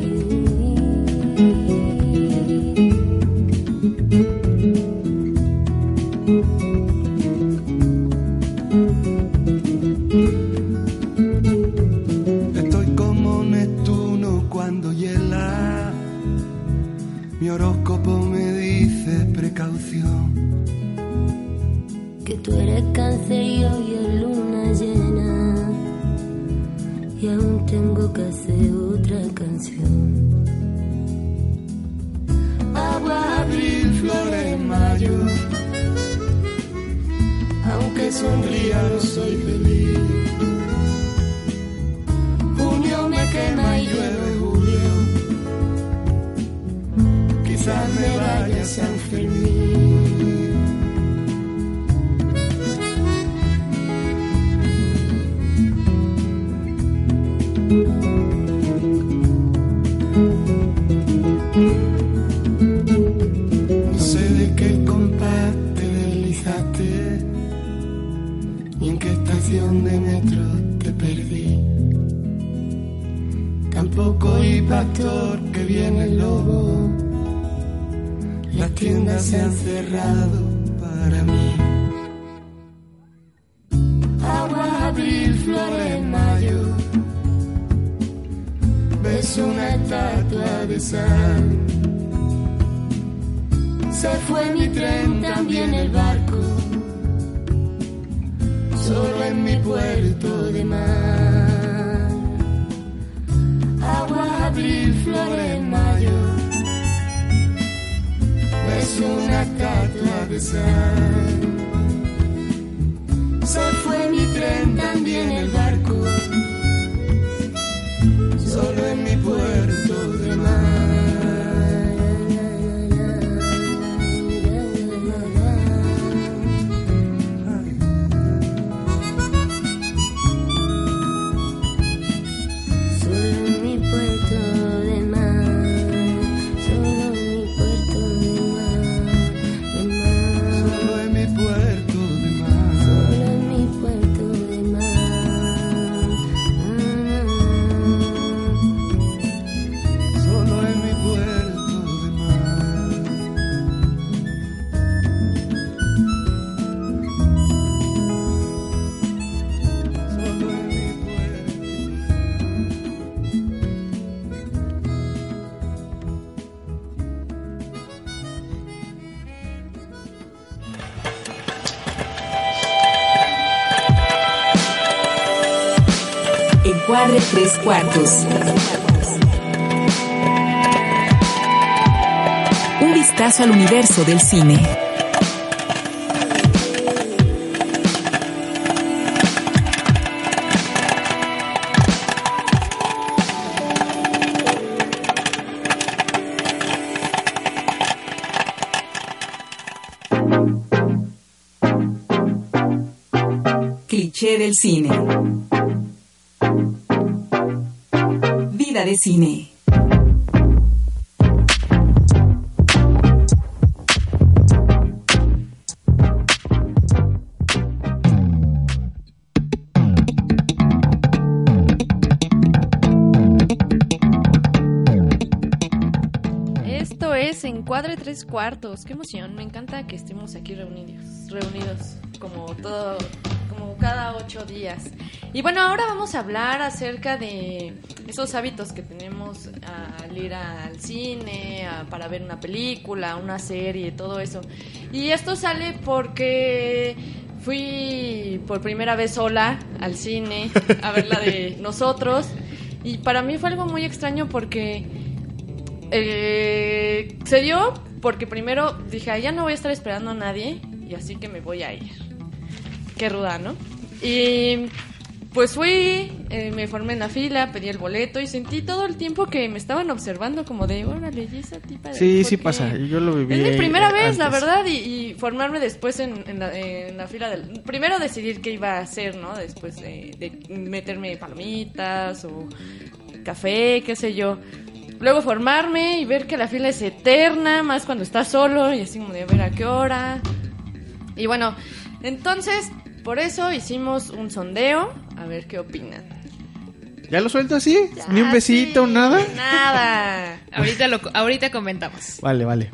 Estoy como Neptuno cuando hiela, mi horóscopo me dice precaución. Que tú eres cáncer y hoy es luna llena, y aún tengo que hacer otra canción. Agua, abril, flores, mayo, aunque sonría no soy feliz. Junio me quema y llueve julio, quizás me vaya a San Fermín. No sé de qué compás te deslizaste, ni en qué estación de metro te perdí. Tampoco oí pastor que viene el lobo, las tiendas se han cerrado para mí. Agua, abril, flores, mayo, ves una estatua de sal. Se fue mi tren, también el barco, solo en mi puerto de mar. Agua, abril, flores, mayo, ves una estatua de sal. Se fue mi tren, también el barco, solo en mi puerto de mar. Encuadre tres cuartos. Un vistazo al universo del cine. Cliché del cine. Vida de cine. Esto es Encuadre tres cuartos. Qué emoción, me encanta que estemos aquí reunidos, reunidos como todo, como cada ocho días. Y bueno, ahora vamos a hablar acerca de esos hábitos que tenemos al ir al cine, a, para ver una película, una serie, todo eso. Y esto sale porque fui por primera vez sola al cine a ver la de Nosotros, y para mí fue algo muy extraño porque eh, se dio porque primero dije, ah, ya no voy a estar esperando a nadie, y así que me voy a ir. Qué ruda, ¿no? Y pues fui, eh, me formé en la fila, pedí el boleto y sentí todo el tiempo que me estaban observando como de, órale, ¿y esa tipa de Sí, ahí? sí Porque pasa, yo lo viví. es mi primera eh, vez, antes. la verdad, y, y formarme después en, en, la, en la fila del... Primero decidir qué iba a hacer, ¿no? Después de, de meterme palomitas o café, qué sé yo. Luego formarme y ver que la fila es eterna, más cuando estás solo, y así como de a ver a qué hora. Y bueno, entonces, por eso hicimos un sondeo, a ver qué opinan. ¿Ya lo suelto así? Ya, ¿Ni un besito, sí, nada? Nada. Ahorita, lo, ahorita comentamos. Vale, vale.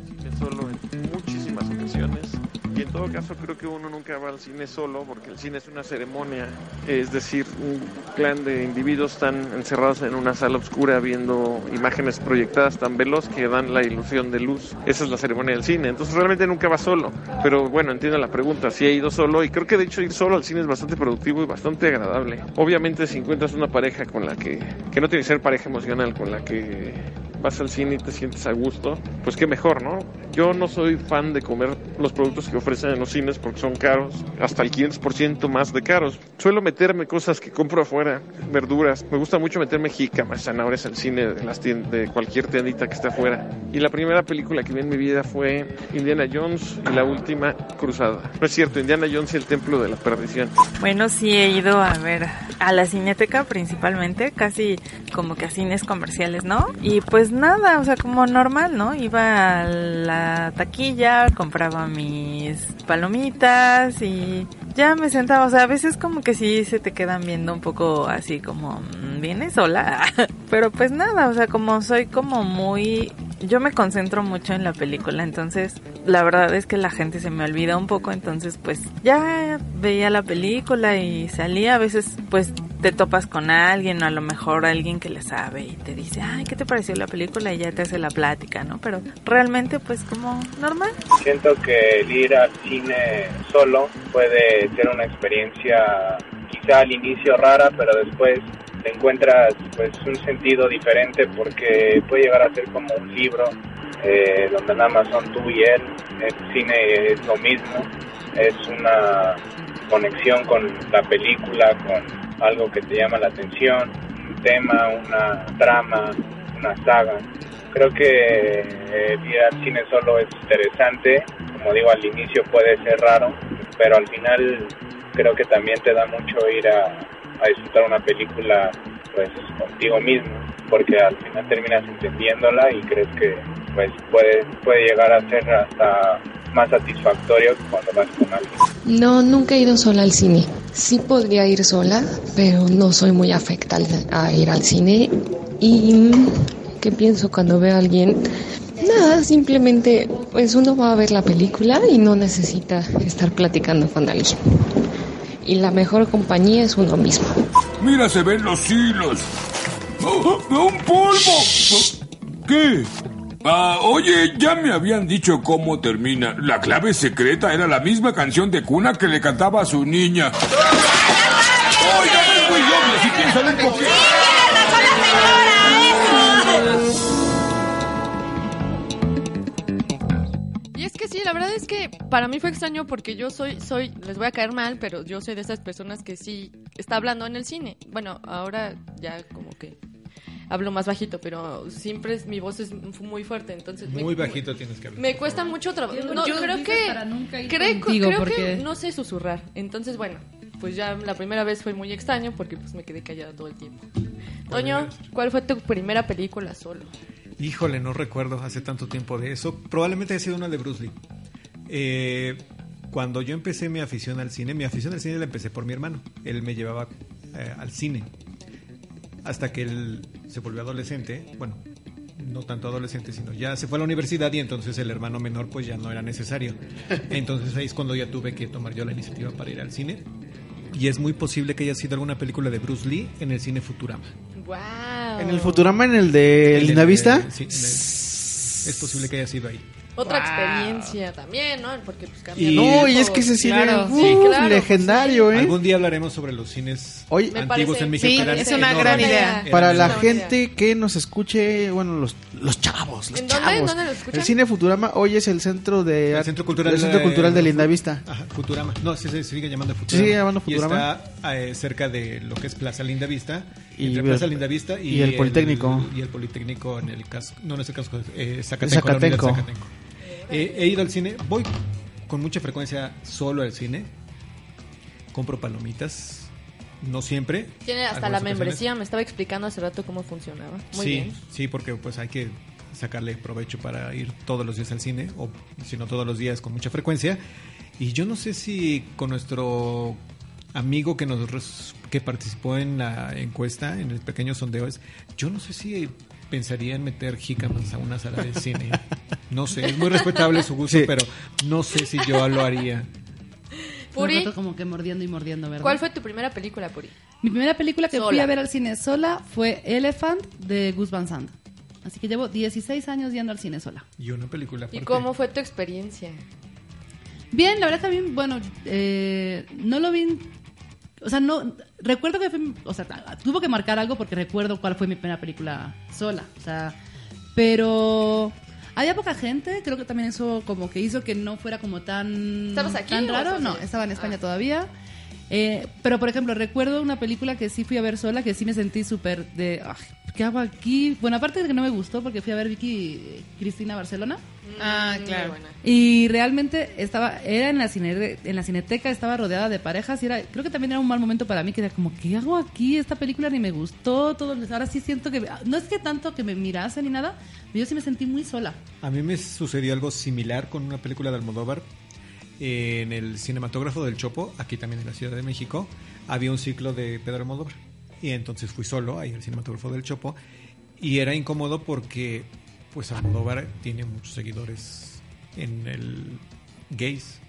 Solo en muchísimas ocasiones, y en todo caso creo que uno nunca va al cine solo, porque el cine es una ceremonia, es decir, un clan de individuos están encerrados en una sala oscura viendo imágenes proyectadas tan veloz que dan la ilusión de luz. Esa es la ceremonia del cine, entonces realmente nunca va solo, pero bueno, entiendo la pregunta, sí he ido solo, y creo que de hecho ir solo al cine es bastante productivo y bastante agradable. Obviamente si encuentras una pareja con la que, que no tiene que ser pareja emocional, con la que vas al cine y te sientes a gusto, pues qué mejor, ¿no? Yo no soy fan de comer los productos que ofrecen en los cines porque son caros, hasta el quinientos por ciento más de caros. Suelo meterme cosas que compro afuera, verduras. Me gusta mucho meterme jícamas, zanahorias al cine de, las tiendas, de cualquier tiendita que esté afuera. Y la primera película que vi en mi vida fue Indiana Jones y la última cruzada. No es cierto, Indiana Jones y el Templo de la Perdición. Bueno, sí he ido a ver a la Cineteca principalmente, casi como que a cines comerciales, ¿no? Y pues nada, o sea, como normal, ¿no? Iba a la taquilla, compraba mis palomitas y ya me sentaba, o sea, a veces como que sí se te quedan viendo un poco así como, ¿vienes sola? Pero pues nada, o sea, como soy como muy... Yo me concentro mucho en la película, entonces la verdad es que la gente se me olvida un poco, entonces pues ya veía la película y salía, a veces pues te topas con alguien o a lo mejor alguien que le sabe y te dice, ay, ¿qué te pareció la película? Y ya te hace la plática, ¿no? Pero realmente pues como normal. Siento que el ir al cine solo puede ser una experiencia quizá al inicio rara, pero después te encuentras pues un sentido diferente porque puede llegar a ser como un libro eh, donde nada más son tú y él. El cine es lo mismo, es una conexión con la película, con algo que te llama la atención, un tema, una trama, una saga. Creo que eh, ir al cine solo es interesante, como digo, al inicio puede ser raro, pero al final creo que también te da mucho ir a a disfrutar una película pues contigo mismo, porque al final terminas entendiéndola y crees que pues puede, puede llegar a ser hasta más satisfactorio que cuando vas con alguien. No, nunca he ido sola al cine. Sí podría ir sola, pero no soy muy afecta a ir al cine. ¿Y qué pienso cuando veo a alguien? Nada, simplemente pues uno va a ver la película y no necesita estar platicando con alguien. Y la mejor compañía es uno mismo. Mira, se ven los hilos. ¡Oh, oh, ¡un polvo! ¿Qué? Ah, oye, ya me habían dicho cómo termina. La clave secreta era la misma canción de cuna que le cantaba a su niña. Oiga, es muy obvio, si piensan un poquito. Sí, la verdad es que para mí fue extraño porque yo soy, soy, les voy a caer mal, pero yo soy de esas personas que sí está hablando en el cine. Bueno, ahora ya como que hablo más bajito, pero siempre es, mi voz es muy fuerte, entonces... Muy me, bajito tienes que hablar. Me cuesta mucho trabajo. No, yo creo que... para nunca ir creo contigo, creo porque... que no sé susurrar. Entonces, bueno, pues ya la primera vez fue muy extraño porque pues me quedé callada todo el tiempo. Toño, ¿cuál fue tu primera película solo? Híjole, no recuerdo hace tanto tiempo de eso. Probablemente haya sido una de Bruce Lee. Eh, cuando yo empecé mi afición al cine, mi afición al cine la empecé por mi hermano. Él me llevaba eh, al cine hasta que él se volvió adolescente. Bueno, no tanto adolescente, sino ya se fue a la universidad y entonces el hermano menor pues ya no era necesario. Entonces ahí es cuando ya tuve que tomar yo la iniciativa para ir al cine. Y es muy posible que haya sido alguna película de Bruce Lee en el cine Futurama. Wow. En el Futurama, en el de El de- Lindavista. sí, en el- es posible que haya sido ahí. Otra Wow. experiencia también, ¿no? Porque pues cambia Y- los No, y tiempos. es que ese cine Claro. uh, Sí, claro, legendario, ¿eh? Algún día hablaremos sobre los cines Oye, Me antiguos parece- en México. sí, que eran es una enormes. gran idea. Eran Para la una enormes. buena gente que nos escuche, bueno, los, los chavos, los ¿En dónde? chavos. ¿Dónde lo escuchan? El Cine Futurama hoy es el centro de El Centro Cultural, el Centro de- Cultural de Lindavista. Ajá, Futurama. No, sí, se sigue llamando Futurama. Se sigue llamando Futurama. Y está eh, cerca de lo que es Plaza Lindavista. Y entre el- Plaza Lindavista y, y el Politécnico. Y el Politécnico en el casco. No, no es el casco. Eh, Zacatenco. El la unidad Zacatenco. Zacatenco. Eh, he ido al cine. Voy con mucha frecuencia solo al cine. Compro palomitas. No siempre. Tiene hasta algunas la ocasiones. membresía. Me estaba explicando hace rato cómo funcionaba. Muy sí, bien. sí, porque pues hay que sacarle provecho para ir todos los días al cine, o si no todos los días, con mucha frecuencia. Y yo no sé si con nuestro amigo que nos res- que participó en la encuesta, en el pequeño sondeo, es, yo no sé si pensaría en meter jícamas a una sala de cine. No sé, es muy respetable su gusto, Sí. pero no sé si yo lo haría. Puri, Un rato como que mordiendo y mordiendo, ¿verdad? ¿cuál fue tu primera película, Puri? Mi primera película que fui Sola. a ver al cine sola fue Elephant de Gus Van Sant. Así que llevo dieciséis años yendo al cine sola. Y una película ¿Y fuerte. cómo fue tu experiencia? Bien, la verdad también, bueno, eh, no lo vi, o sea, no, recuerdo que fue, o sea, tuvo que marcar algo porque recuerdo cuál fue mi primera película sola, o sea, pero había poca gente, creo que también eso como que hizo que no fuera como tan, ¿Estabas aquí tan o raro, estás no, en- estaba en España Ah. todavía. Eh, pero por ejemplo, recuerdo una película que sí fui a ver sola, que sí me sentí súper de, "Ay, ¿qué hago aquí?" Bueno, aparte de que no me gustó porque fui a ver Vicky eh, Cristina Barcelona. Ah, Mm, claro. muy buena. Y realmente estaba, era en la cine, en la cineteca, estaba rodeada de parejas y era, creo que también era un mal momento para mí, que era como, ¿qué hago aquí? Esta película ni me gustó, todo, ahora sí siento que, no es que tanto que me mirasen ni nada, pero yo sí me sentí muy sola. A mí me sucedió algo similar con una película de Almodóvar. En el cinematógrafo del Chopo, aquí también en la Ciudad de México, había un ciclo de Pedro Almodóvar. Y entonces fui solo ahí al cinematógrafo del Chopo. Y era incómodo porque pues Almodóvar tiene muchos seguidores en el gays.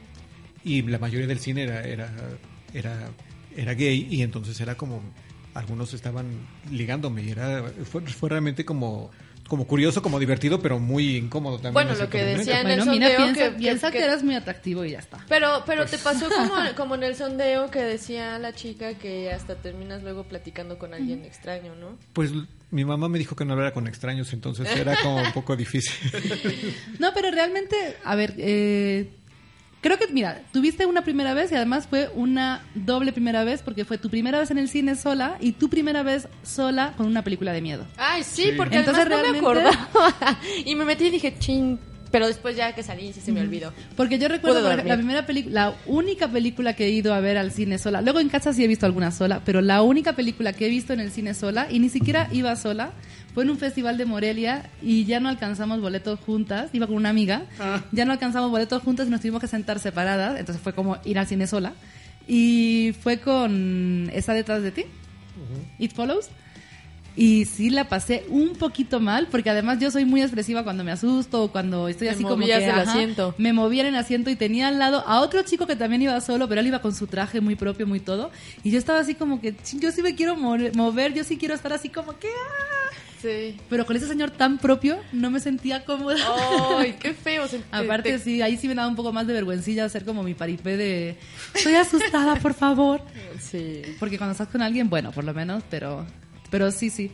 Y la mayoría del cine era, era, era, era gay. Y entonces era como, algunos estaban ligándome. Y era, fue, fue realmente como... como curioso, como divertido, pero muy incómodo también. Bueno, ese lo que momento. decía en el Bueno, mira, sondeo piensa, que- piensa que- que, eras muy atractivo y ya está. Pero, pero te pasó como, como en el sondeo que decía la chica que hasta terminas luego platicando con alguien extraño, ¿no? Pues mi mamá me dijo que no hablara con extraños, entonces era como un poco difícil. No, pero realmente, a ver, eh, creo que, mira, tuviste una primera vez y además fue una doble primera vez porque fue tu primera vez en el cine sola y tu primera vez sola con una película de miedo. Ay, sí, Sí. porque Entonces, además no me realmente- acordaba. Y me metí y dije, ching. Pero después ya que salí, sí se me olvidó. Porque yo recuerdo Pude por ejemplo, la dormir. primera película, la única película que he ido a ver al cine sola. Luego en casa sí he visto alguna sola, pero la única película que he visto en el cine sola y ni siquiera iba sola fue en un festival de Morelia y ya no alcanzamos boletos juntas. Iba con una amiga, ya no alcanzamos boletos juntas y nos tuvimos que sentar separadas. Entonces fue como ir al cine sola y fue con Está detrás de ti, It Follows. Y sí la pasé un poquito mal, porque además yo soy muy expresiva cuando me asusto o cuando estoy Te así como movías que... del ajá, asiento. me movía en el asiento y tenía al lado a otro chico que también iba solo, pero él iba con su traje muy propio, muy todo. Y yo estaba así como que, "Chin, yo sí me quiero mo- mover, yo sí quiero estar así como que... ¡ah!". Sí. Pero con ese señor tan propio no me sentía cómoda. Ay, qué feo. se- te- Aparte, te- sí, ahí sí me daba un poco más de vergüencilla hacer como mi paripé de... Estoy asustada, por favor. Sí. Porque cuando estás con alguien, bueno, por lo menos, pero, pero sí, sí.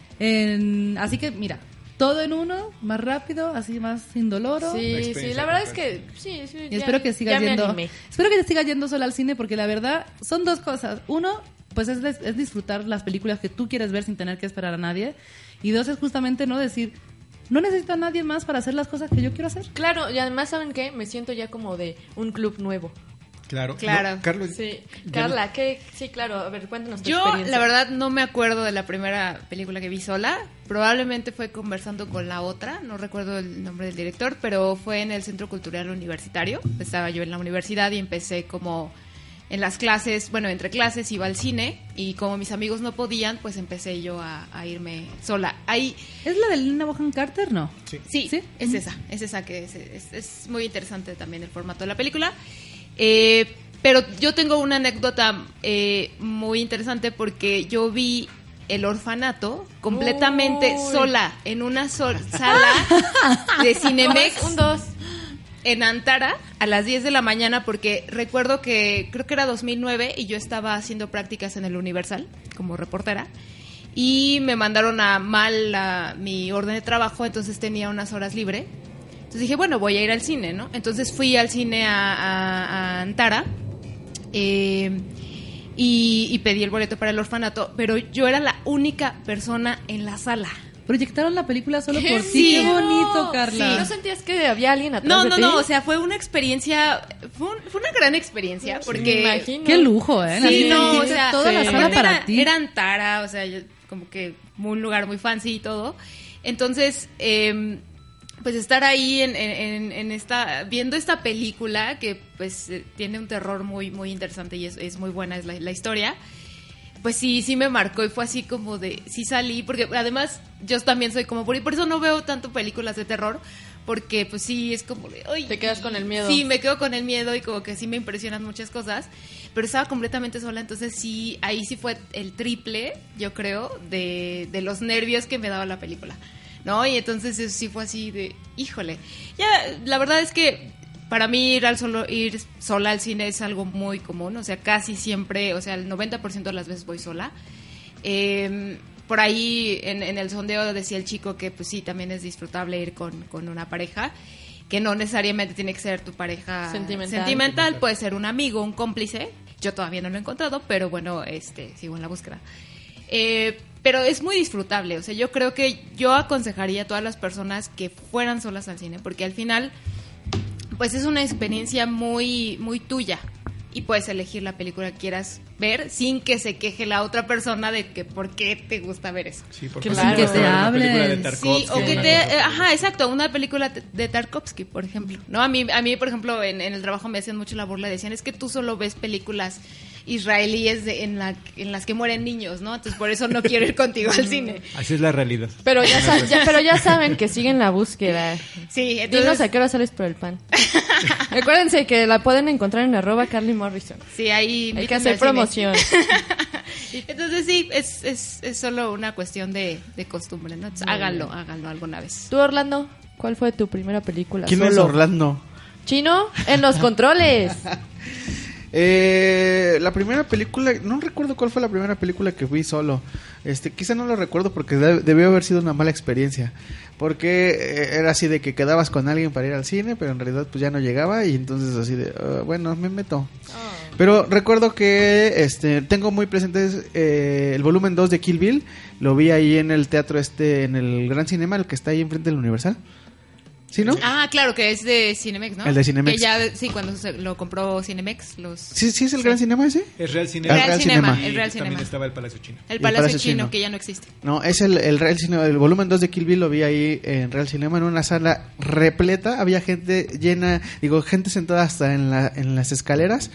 En- así que, mira, todo en uno, más rápido, así más indoloro. Sí, sí, la verdad es que sí, sí. Y ya- espero que siga ya me yendo. animé. Espero que siga yendo sola al cine porque la verdad son dos cosas. Uno, pues es, es disfrutar las películas que tú quieres ver sin tener que esperar a nadie. Y dos, es justamente no decir, no necesito a nadie más para hacer las cosas que yo quiero hacer. Claro, y además, ¿saben qué? Me siento ya como de un club nuevo. Claro. Claro. No, Carlos. Sí. ya Carla, ¿qué? Sí, claro. A ver, cuéntanos tu Yo, experiencia. la verdad, no me acuerdo de la primera película que vi sola. Probablemente fue conversando con la otra, no recuerdo el nombre del director, pero fue en el Centro Cultural Universitario. Estaba yo en la universidad y empecé como en las clases, bueno, entre clases iba al cine y como mis amigos no podían, pues empecé yo a, a irme sola. Ahí, ¿Es la de Lina Bohan Carter? No. Sí. sí, ¿Sí? es esa, es esa que es, es, es muy interesante también el formato de la película. Eh, pero yo tengo una anécdota eh, muy interesante porque yo vi El Orfanato completamente Uy. sola en una sol- sala de Cinemex. Un dos. En Antara a las diez de la mañana, porque recuerdo que creo que era dos mil nueve y yo estaba haciendo prácticas en el Universal como reportera y me mandaron a mal la, mi orden de trabajo, entonces tenía unas horas libre. Entonces dije, bueno, voy a ir al cine, ¿no? Entonces fui al cine a, a, a Antara eh, y, y pedí el boleto para El Orfanato, pero yo era la única persona en la sala. Proyectaron la película solo ¡Qué por ti. Qué fino! bonito, Carla. Sí, ¿no sentías que había alguien atrás No, de no, ti? no, o sea, fue una experiencia, fue, un- fue una gran experiencia, porque... Me imagino. Qué lujo, ¿eh? Sí, La- no, o sí, sea, toda la sí. sala para era, ti. era Antara, o sea, yo- como que un lugar muy fancy y todo. Entonces, eh, pues estar ahí en, en, en esta, viendo esta película que pues eh, tiene un terror muy, muy interesante y es, es muy buena, es la, la historia. Pues sí, sí me marcó y fue así como de, sí salí, porque además yo también soy como, por, por eso no veo tanto películas de terror, porque pues sí, es como de, ay, Te quedas con el miedo. Sí, me quedo con el miedo y como que sí me impresionan muchas cosas, pero estaba completamente sola, entonces sí, ahí sí fue el triple, yo creo, de, de los nervios que me daba la película, ¿no? Y entonces eso sí fue así de, híjole, ya, la verdad es que para mí ir al solo ir sola al cine es algo muy común, o sea, casi siempre, o sea, el noventa por ciento de las veces voy sola. Eh, por ahí en, en el sondeo decía el chico que pues sí, también es disfrutable ir con, con una pareja, que no necesariamente tiene que ser tu pareja Sentimental. sentimental, puede ser un amigo, un cómplice. Yo todavía no lo he encontrado, pero bueno, este sigo en la búsqueda. Eh, pero es muy disfrutable, o sea, yo creo que yo aconsejaría a todas las personas que fueran solas al cine, porque al final pues es una experiencia muy muy tuya y puedes elegir la película que quieras ver sin que se queje la otra persona de que por qué te gusta ver eso. Sí, por Claro. ejemplo, Que te una hablen. película de Sí, Tarkovsky, o que una te, cosa. eh, ajá, exacto, una película de- de Tarkovsky, por ejemplo, ¿no? A mí, a mí por ejemplo, en, en el trabajo me hacían mucho la burla, decían, es que tú solo ves películas israelíes de- en, la, en las que mueren niños, ¿no? Entonces por eso no quiero ir contigo al cine. Así es la realidad. Pero ya, sa- ya- pero ya saben que siguen la búsqueda. Sí, Dinos entonces, a qué hora sales por el pan. Recuérdense que la pueden encontrar en arroba Carly Morrison. sí, ahí Hay que invítenme hacer al cine. promoción. Entonces sí, es, es, es solo una cuestión de, de costumbre, ¿no? Entonces, Muy háganlo, bien. háganlo alguna vez. Tú, Orlando, ¿cuál fue tu primera película? ¿Quién es solo? Orlando? Chino, en los controles. Eh, la primera película, no recuerdo cuál fue la primera película que fui solo. Este, quizá no lo recuerdo porque de- debió haber sido una mala experiencia. Porque eh, era así de que quedabas con alguien para ir al cine, pero en realidad pues ya no llegaba y entonces así de, "Ah, bueno, me meto." Pero recuerdo que este tengo muy presentes eh, el volumen dos de Kill Bill. Lo vi ahí en el teatro este, en el Gran Cinema, el que está ahí enfrente del Universal. ¿Sí, no? Ah, claro, que es de Cinemex, ¿no? El de Cinemex. Que ya, sí, cuando se lo compró Cinemex, los... ¿Sí, sí es el Gran Cinema ese? Es Real Cinema. Real Real Cinema, Cinema. el Real Y Cinema. también estaba el Palacio Chino. El El Palacio, Palacio Chino, Chino. que ya no existe. No, es el, el Real Cinema, el volumen dos de Kill Bill lo vi ahí en Real Cinema, en una sala repleta, había gente llena, digo, gente sentada hasta en, la, en las escaleras,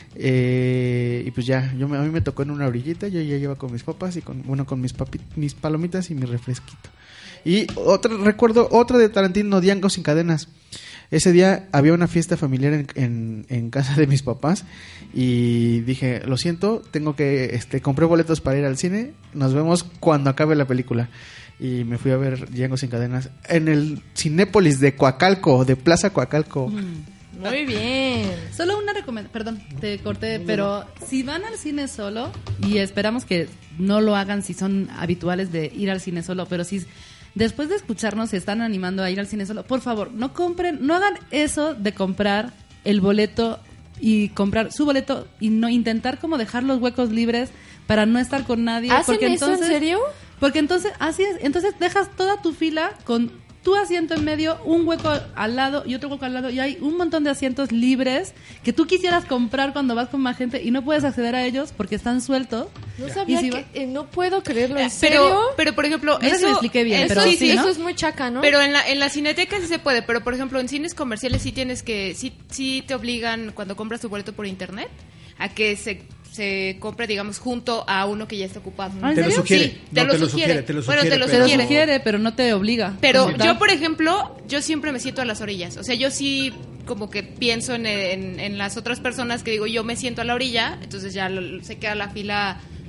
eh, y pues ya, yo me- a mí me tocó en una orillita, yo ya iba con mis papas y con, bueno, con mis, papi- mis palomitas y mi refresquito. Y otra, recuerdo otra de Tarantino, Django sin cadenas. Ese día había una fiesta familiar en, en, en casa de mis papás y dije, lo siento, tengo que, este, compré boletos para ir al cine, nos vemos cuando acabe la película. Y me fui a ver Django sin cadenas en el Cinépolis de Coacalco, de Plaza Coacalco. Muy bien. Solo una recomendación, perdón, te corté, pero si van al cine solo, y esperamos que no lo hagan si son habituales de ir al cine solo, pero si después de escucharnos se están animando a ir al cine solo, por favor, no compren, no hagan eso de comprar el boleto y comprar su boleto y no intentar como dejar los huecos libres para no estar con nadie. ¿Hacen porque eso, entonces, en serio? Porque entonces, así es, entonces dejas toda tu fila con tu asiento en medio, un hueco al lado y otro hueco al lado, y hay un montón de asientos libres que tú quisieras comprar cuando vas con más gente y no puedes acceder a ellos porque están sueltos. No Y sabía si que... va- eh, no puedo creerlo, ¿en serio? Pero, pero por ejemplo, No sé si eso, me expliqué bien, eso pero sí, sí, sí, ¿no? Eso es muy chaca, ¿no? Pero en la, en la cineteca sí se puede, pero por ejemplo en cines comerciales sí tienes que, sí, sí te obligan cuando compras tu boleto por internet a que se, se compre, digamos, junto a uno que ya está ocupado. ¿Ah, en Te lo serio? sugiere. Sí, te, No, lo, te lo sugiere. sugiere, te lo Bueno, sugiere, te lo Te lo sugiere. sugiere, pero no te obliga. Pero Sí. yo, por ejemplo, yo siempre me siento a las orillas. O sea, yo sí como que pienso en, en, en las otras personas que digo, yo me siento a la orilla, entonces ya lo- se queda la fila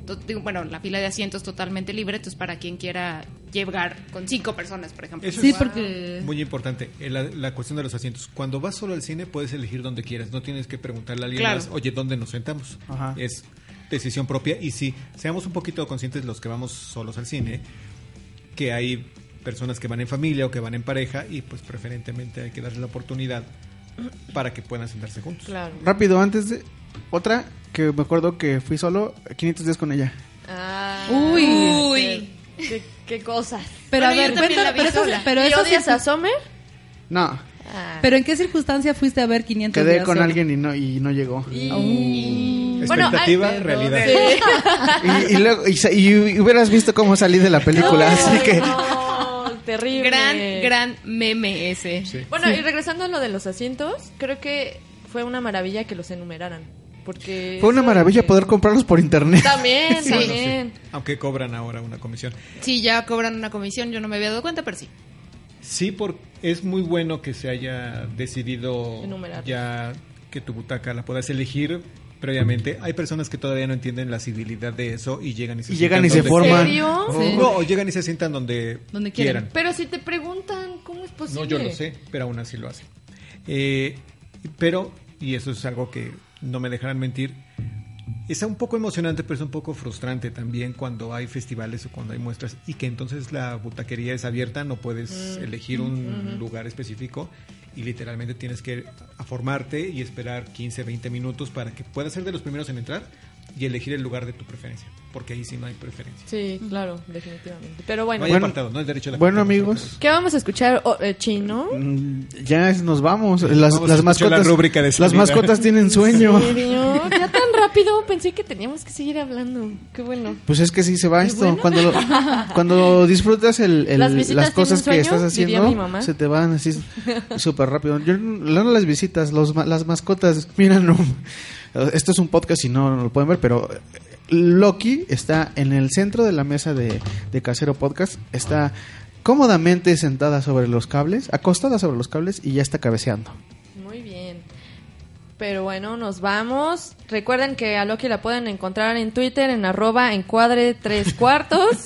to- digo, bueno, la fila de asientos totalmente libre, entonces para quien quiera llegar con cinco personas, por ejemplo. Eso Sí, es porque... muy importante. Eh, La, la cuestión de los asientos. Cuando vas solo al cine puedes elegir donde quieras. No tienes que preguntarle a alguien Claro. más, oye, ¿dónde nos sentamos? Ajá. Es decisión propia. Y sí, seamos un poquito conscientes los que vamos solos al cine, que hay personas que van en familia o que van en pareja y pues preferentemente hay que darle la oportunidad para que puedan sentarse juntos. Claro. Rápido, antes de... Otra, que me acuerdo que fui solo quinientos días con ella. Ah, Uy. Uy. Qué, qué cosas. Pero Bueno, a yo ver, también cuéntame, la vi pero eso, sola. pero ¿Y eso odias sí- a Sommer? No, Ah. ¿Pero en qué circunstancia fuiste a ver quinientos quedé días con solo? alguien y no, y no llegó. Y- Expectativa, ay, realidad. sí. Y, y luego y, sa- y hubieras visto cómo salí de la película, así que... No, terrible. Gran, gran meme ese. Sí. Bueno, y regresando a lo de los asientos, creo que fue una maravilla que los enumeraran. Porque Fue una eso- maravilla poder comprarlos por internet. También, Sí. también. Aunque cobran ahora una comisión. Sí, ya cobran una comisión, yo no me había dado cuenta, pero sí. Sí, porque es muy bueno que se haya decidido Enumerar. ya que tu butaca la puedas elegir previamente. Hay personas que todavía no entienden la civilidad de eso y llegan y se Y llegan sientan y se donde forman. ¿En serio? quieran. Sí. No, o llegan y se sientan donde, Donde quieran. quieran. Pero si te preguntan, ¿cómo es posible? No, yo lo sé, pero aún así lo hacen. Eh, pero, y eso es algo que no me dejarán mentir, es un poco emocionante, pero es un poco frustrante también cuando hay festivales o cuando hay muestras y que entonces la butaquería es abierta, no puedes Mm. elegir un Ujú. lugar específico y literalmente tienes que a formarte y esperar quince, veinte minutos para que puedas ser de los primeros en entrar y elegir el lugar de tu preferencia, porque ahí sí no hay preferencia. Sí, claro, definitivamente. Pero bueno, No hay Bueno, apartado, no hay derecho a la Bueno, preferencia. amigos, ¿qué vamos a escuchar? Oh, eh, ¿Chino? mm, ya nos vamos. Las, Vamos a las escuchar mascotas, la rúbrica de las salida. mascotas tienen sueño. ¿En serio? Ya tan rápido pensé que teníamos que seguir hablando. Qué bueno. Pues es que sí se va ¿Qué esto. bueno? Cuando lo- cuando disfrutas el, el- ¿Las las, visitas cosas que tienen estás sueño? Diría haciendo, mi mamá. se te van así súper rápido. Yo no las visitas, los, ma- las mascotas. Mira, no. Esto es un podcast y no, no lo pueden ver, pero Loki está en el centro de la mesa de, de Casero Podcast. Está cómodamente sentada sobre los cables, acostada sobre los cables y ya está cabeceando. Muy bien. Pero bueno, nos vamos. Recuerden que a Loki la pueden encontrar en Twitter en arroba encuadre tres cuartos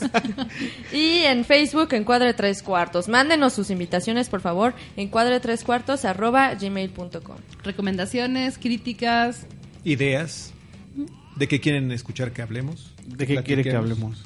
y en Facebook encuadre tres cuartos. Mándenos sus invitaciones, por favor, encuadre tres cuartos arroba gmail punto com. Recomendaciones, críticas. Ideas de qué quieren escuchar que hablemos. ¿De qué quiere que Platiquemos. hablemos?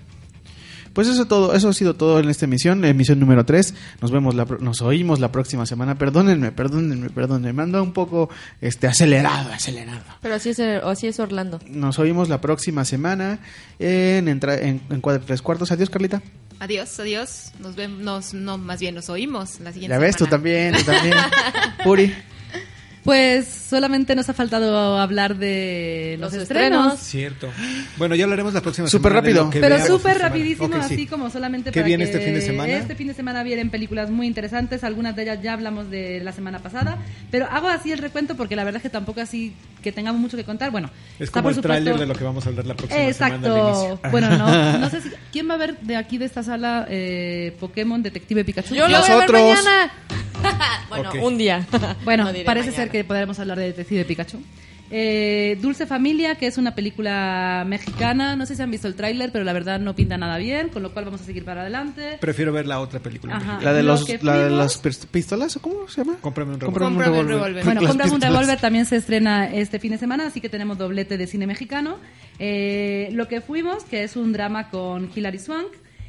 Pues eso todo, eso ha sido todo en esta emisión, emisión número tres. Nos vemos la, pro- nos oímos la próxima semana. Perdónenme, perdónenme, perdónenme. Me ando un poco este acelerado, acelerado. Pero así es, eh, así es Orlando. Nos oímos la próxima semana en entra, en, en cuadro tres cuartos. Adiós, Carlita. Adiós, adiós. Nos vemos, nos, no, más bien nos oímos la siguiente Ya ves, tú semana. también, tú también. Puri. Pues solamente nos ha faltado hablar de los, Los estrenos. estrenos. Cierto. Bueno, ya hablaremos la próxima Súper semana. de rápido. lo que Pero veamos súper esta semana. rapidísimo, Ok, sí. así como solamente ¿Qué para viene que este fin de semana? este fin de semana vienen películas muy interesantes, algunas de ellas ya hablamos de la semana pasada, pero hago así el recuento porque la verdad es que tampoco así que tengamos mucho que contar. Bueno, Es está como por el supuesto- tráiler de lo que vamos a hablar la próxima semana al Exacto. inicio. Bueno, no, no sé si quién va a ver de aquí de esta sala eh, Pokémon Detective Pikachu. Yo lo voy a ver Nosotros. mañana. Bueno, Ok. un día. Bueno, No diré parece mañana. ser que podremos hablar de Detective Pikachu. Eh, Dulce Familia, que es una película mexicana. No sé si han visto el tráiler, pero la verdad no pinta nada bien, con lo cual vamos a seguir para adelante. Prefiero ver la otra película. Ajá. La de Lo los, que la de fuimos- las pis- pistolas, ¿o cómo se llama? Cómprame un Cómprame revólver. Cómprame un revólver. Bueno, Las Compra un pistolas. revólver también se estrena este fin de semana, así que tenemos doblete de cine mexicano. Eh, lo que fuimos, que es un drama con Hilary Swank.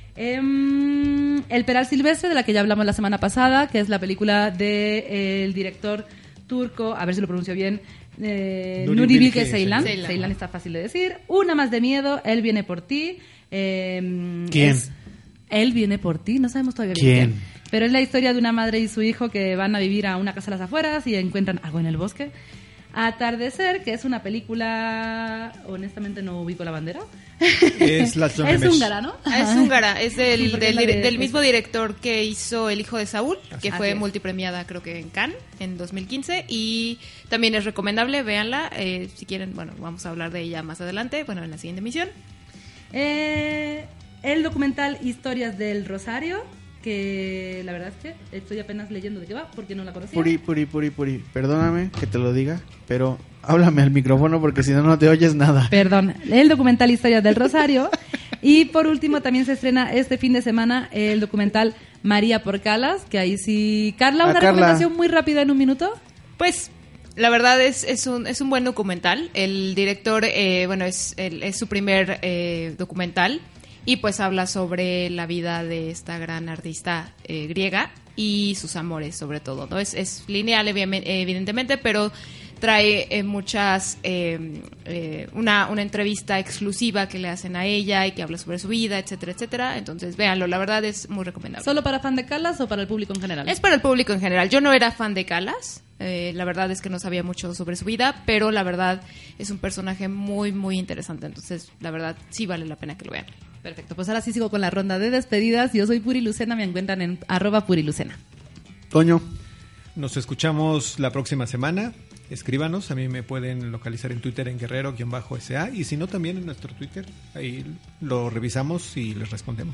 Em, El Peral Silvestre, de la que ya hablamos la semana pasada, que es la película del director turco, a ver si lo pronuncio bien, eh, Nuri Nuri Bilge Bilge Ceylan. Ceylan. Ceylan está fácil de decir. Una más de miedo, Él viene por ti. Em, ¿Quién? es- Él viene por ti, no sabemos todavía bien ¿Quién? quién. Pero es la historia de una madre y su hijo que van a vivir a una casa a las afueras y encuentran algo en el bosque. Atardecer, que es una película... Honestamente no ubico la bandera. Es la Zona Es Mesh. húngara, ¿no? Ah, es húngara, es del, Sí, porque del, es la de- del mismo director que hizo El hijo de Saúl, que Así fue es. multipremiada creo que en Cannes en dos mil quince y también es recomendable, véanla, eh, si quieren, bueno, vamos a hablar de ella más adelante, bueno, en la siguiente emisión. Eh, el documental Historias del Rosario, que la verdad es que estoy apenas leyendo de qué va porque no la conocía. Puri, Puri, Puri, Puri, perdóname que te lo diga, pero háblame al micrófono porque si no, no te oyes nada. Perdón, el documental Historias del Rosario. Y por último también se estrena este fin de semana el documental María por Calas, que ahí sí... Carla, una Ah, Carla. recomendación muy rápida en un minuto. Pues la verdad es, es, un, es un buen documental. El director, eh, bueno, es, el, es su primer eh, documental y pues habla sobre la vida de esta gran artista eh, griega y sus amores sobre todo, ¿no? Es, es lineal evidentemente, pero trae eh, muchas eh, eh, una, una entrevista exclusiva que le hacen a ella y que habla sobre su vida, etcétera, etcétera. Entonces véanlo, la verdad es muy recomendable. ¿Solo para fan de Calas o para el público en general? Es para el público en general. Yo no era fan de Calas, eh, la verdad es que no sabía mucho sobre su vida, pero la verdad es un personaje muy, muy interesante. Entonces, la verdad, sí vale la pena que lo vean. Perfecto, pues ahora sí sigo con la ronda de despedidas. Yo soy Puri Lucena, me encuentran en arroba Puri Lucena. Toño. Nos escuchamos la próxima semana. Escríbanos, a mí me pueden localizar en Twitter en guerrero-S A y si no también en nuestro Twitter, ahí lo revisamos y les respondemos.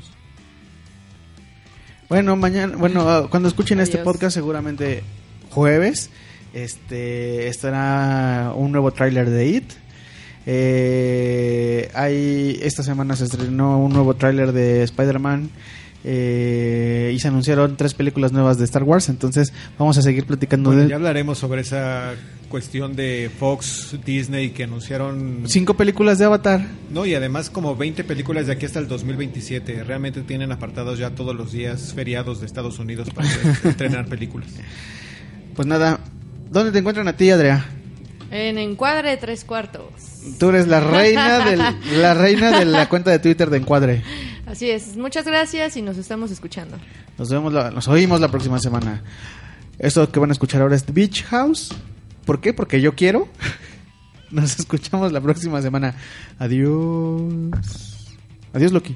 Bueno, mañana, bueno, cuando escuchen Adiós. este podcast seguramente jueves, este estará un nuevo tráiler de It. Eh, hay esta semana se estrenó un nuevo tráiler de Spider-Man. Eh, y se anunciaron tres películas nuevas de Star Wars, entonces vamos a seguir platicando Bueno, de ya hablaremos sobre esa cuestión de Fox, Disney que anunciaron cinco películas de Avatar. No, y además como veinte películas de aquí hasta el dos mil veintisiete. Realmente tienen apartados ya todos los días feriados de Estados Unidos para estrenar películas. Pues nada, ¿dónde te encuentran a ti, Adrià? En Encuadre Tres Cuartos. Tú eres la reina del, la reina de la cuenta de Twitter de Encuadre. Así es, muchas gracias y nos estamos escuchando. Nos vemos, la, nos oímos la próxima semana. Esto que van a escuchar ahora es The Beach House. ¿Por qué? Porque yo quiero. Nos escuchamos la próxima semana. Adiós. Adiós, Loki.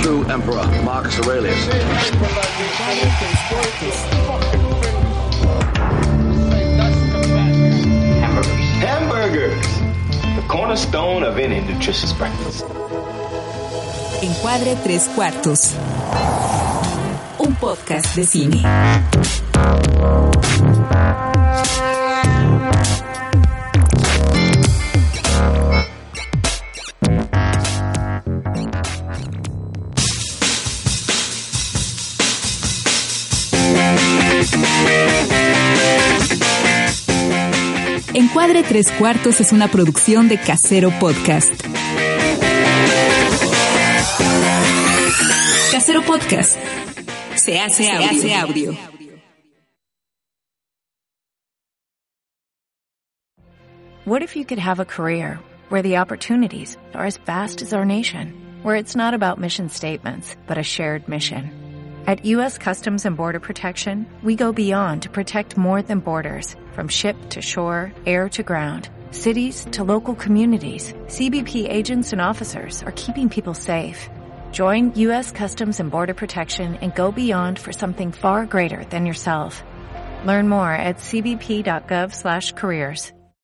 true emperor, Marcus Aurelius. Hamburgers, the cornerstone of any nutritious breakfast. Encuadre tres cuartos. Un podcast de cine. Encuadre tres cuartos es una producción de Casero Podcast. Casero Podcast. Se hace audio. Se hace audio. What if you could have a career where the opportunities are as vast as our nation, where it's not about mission statements, but a shared mission? At U S Customs and Border Protection, we go beyond to protect more than borders. From ship to shore, air to ground, cities to local communities, C B P agents and officers are keeping people safe. Join U S Customs and Border Protection and go beyond for something far greater than yourself. Learn more at cbp.gov slash careers.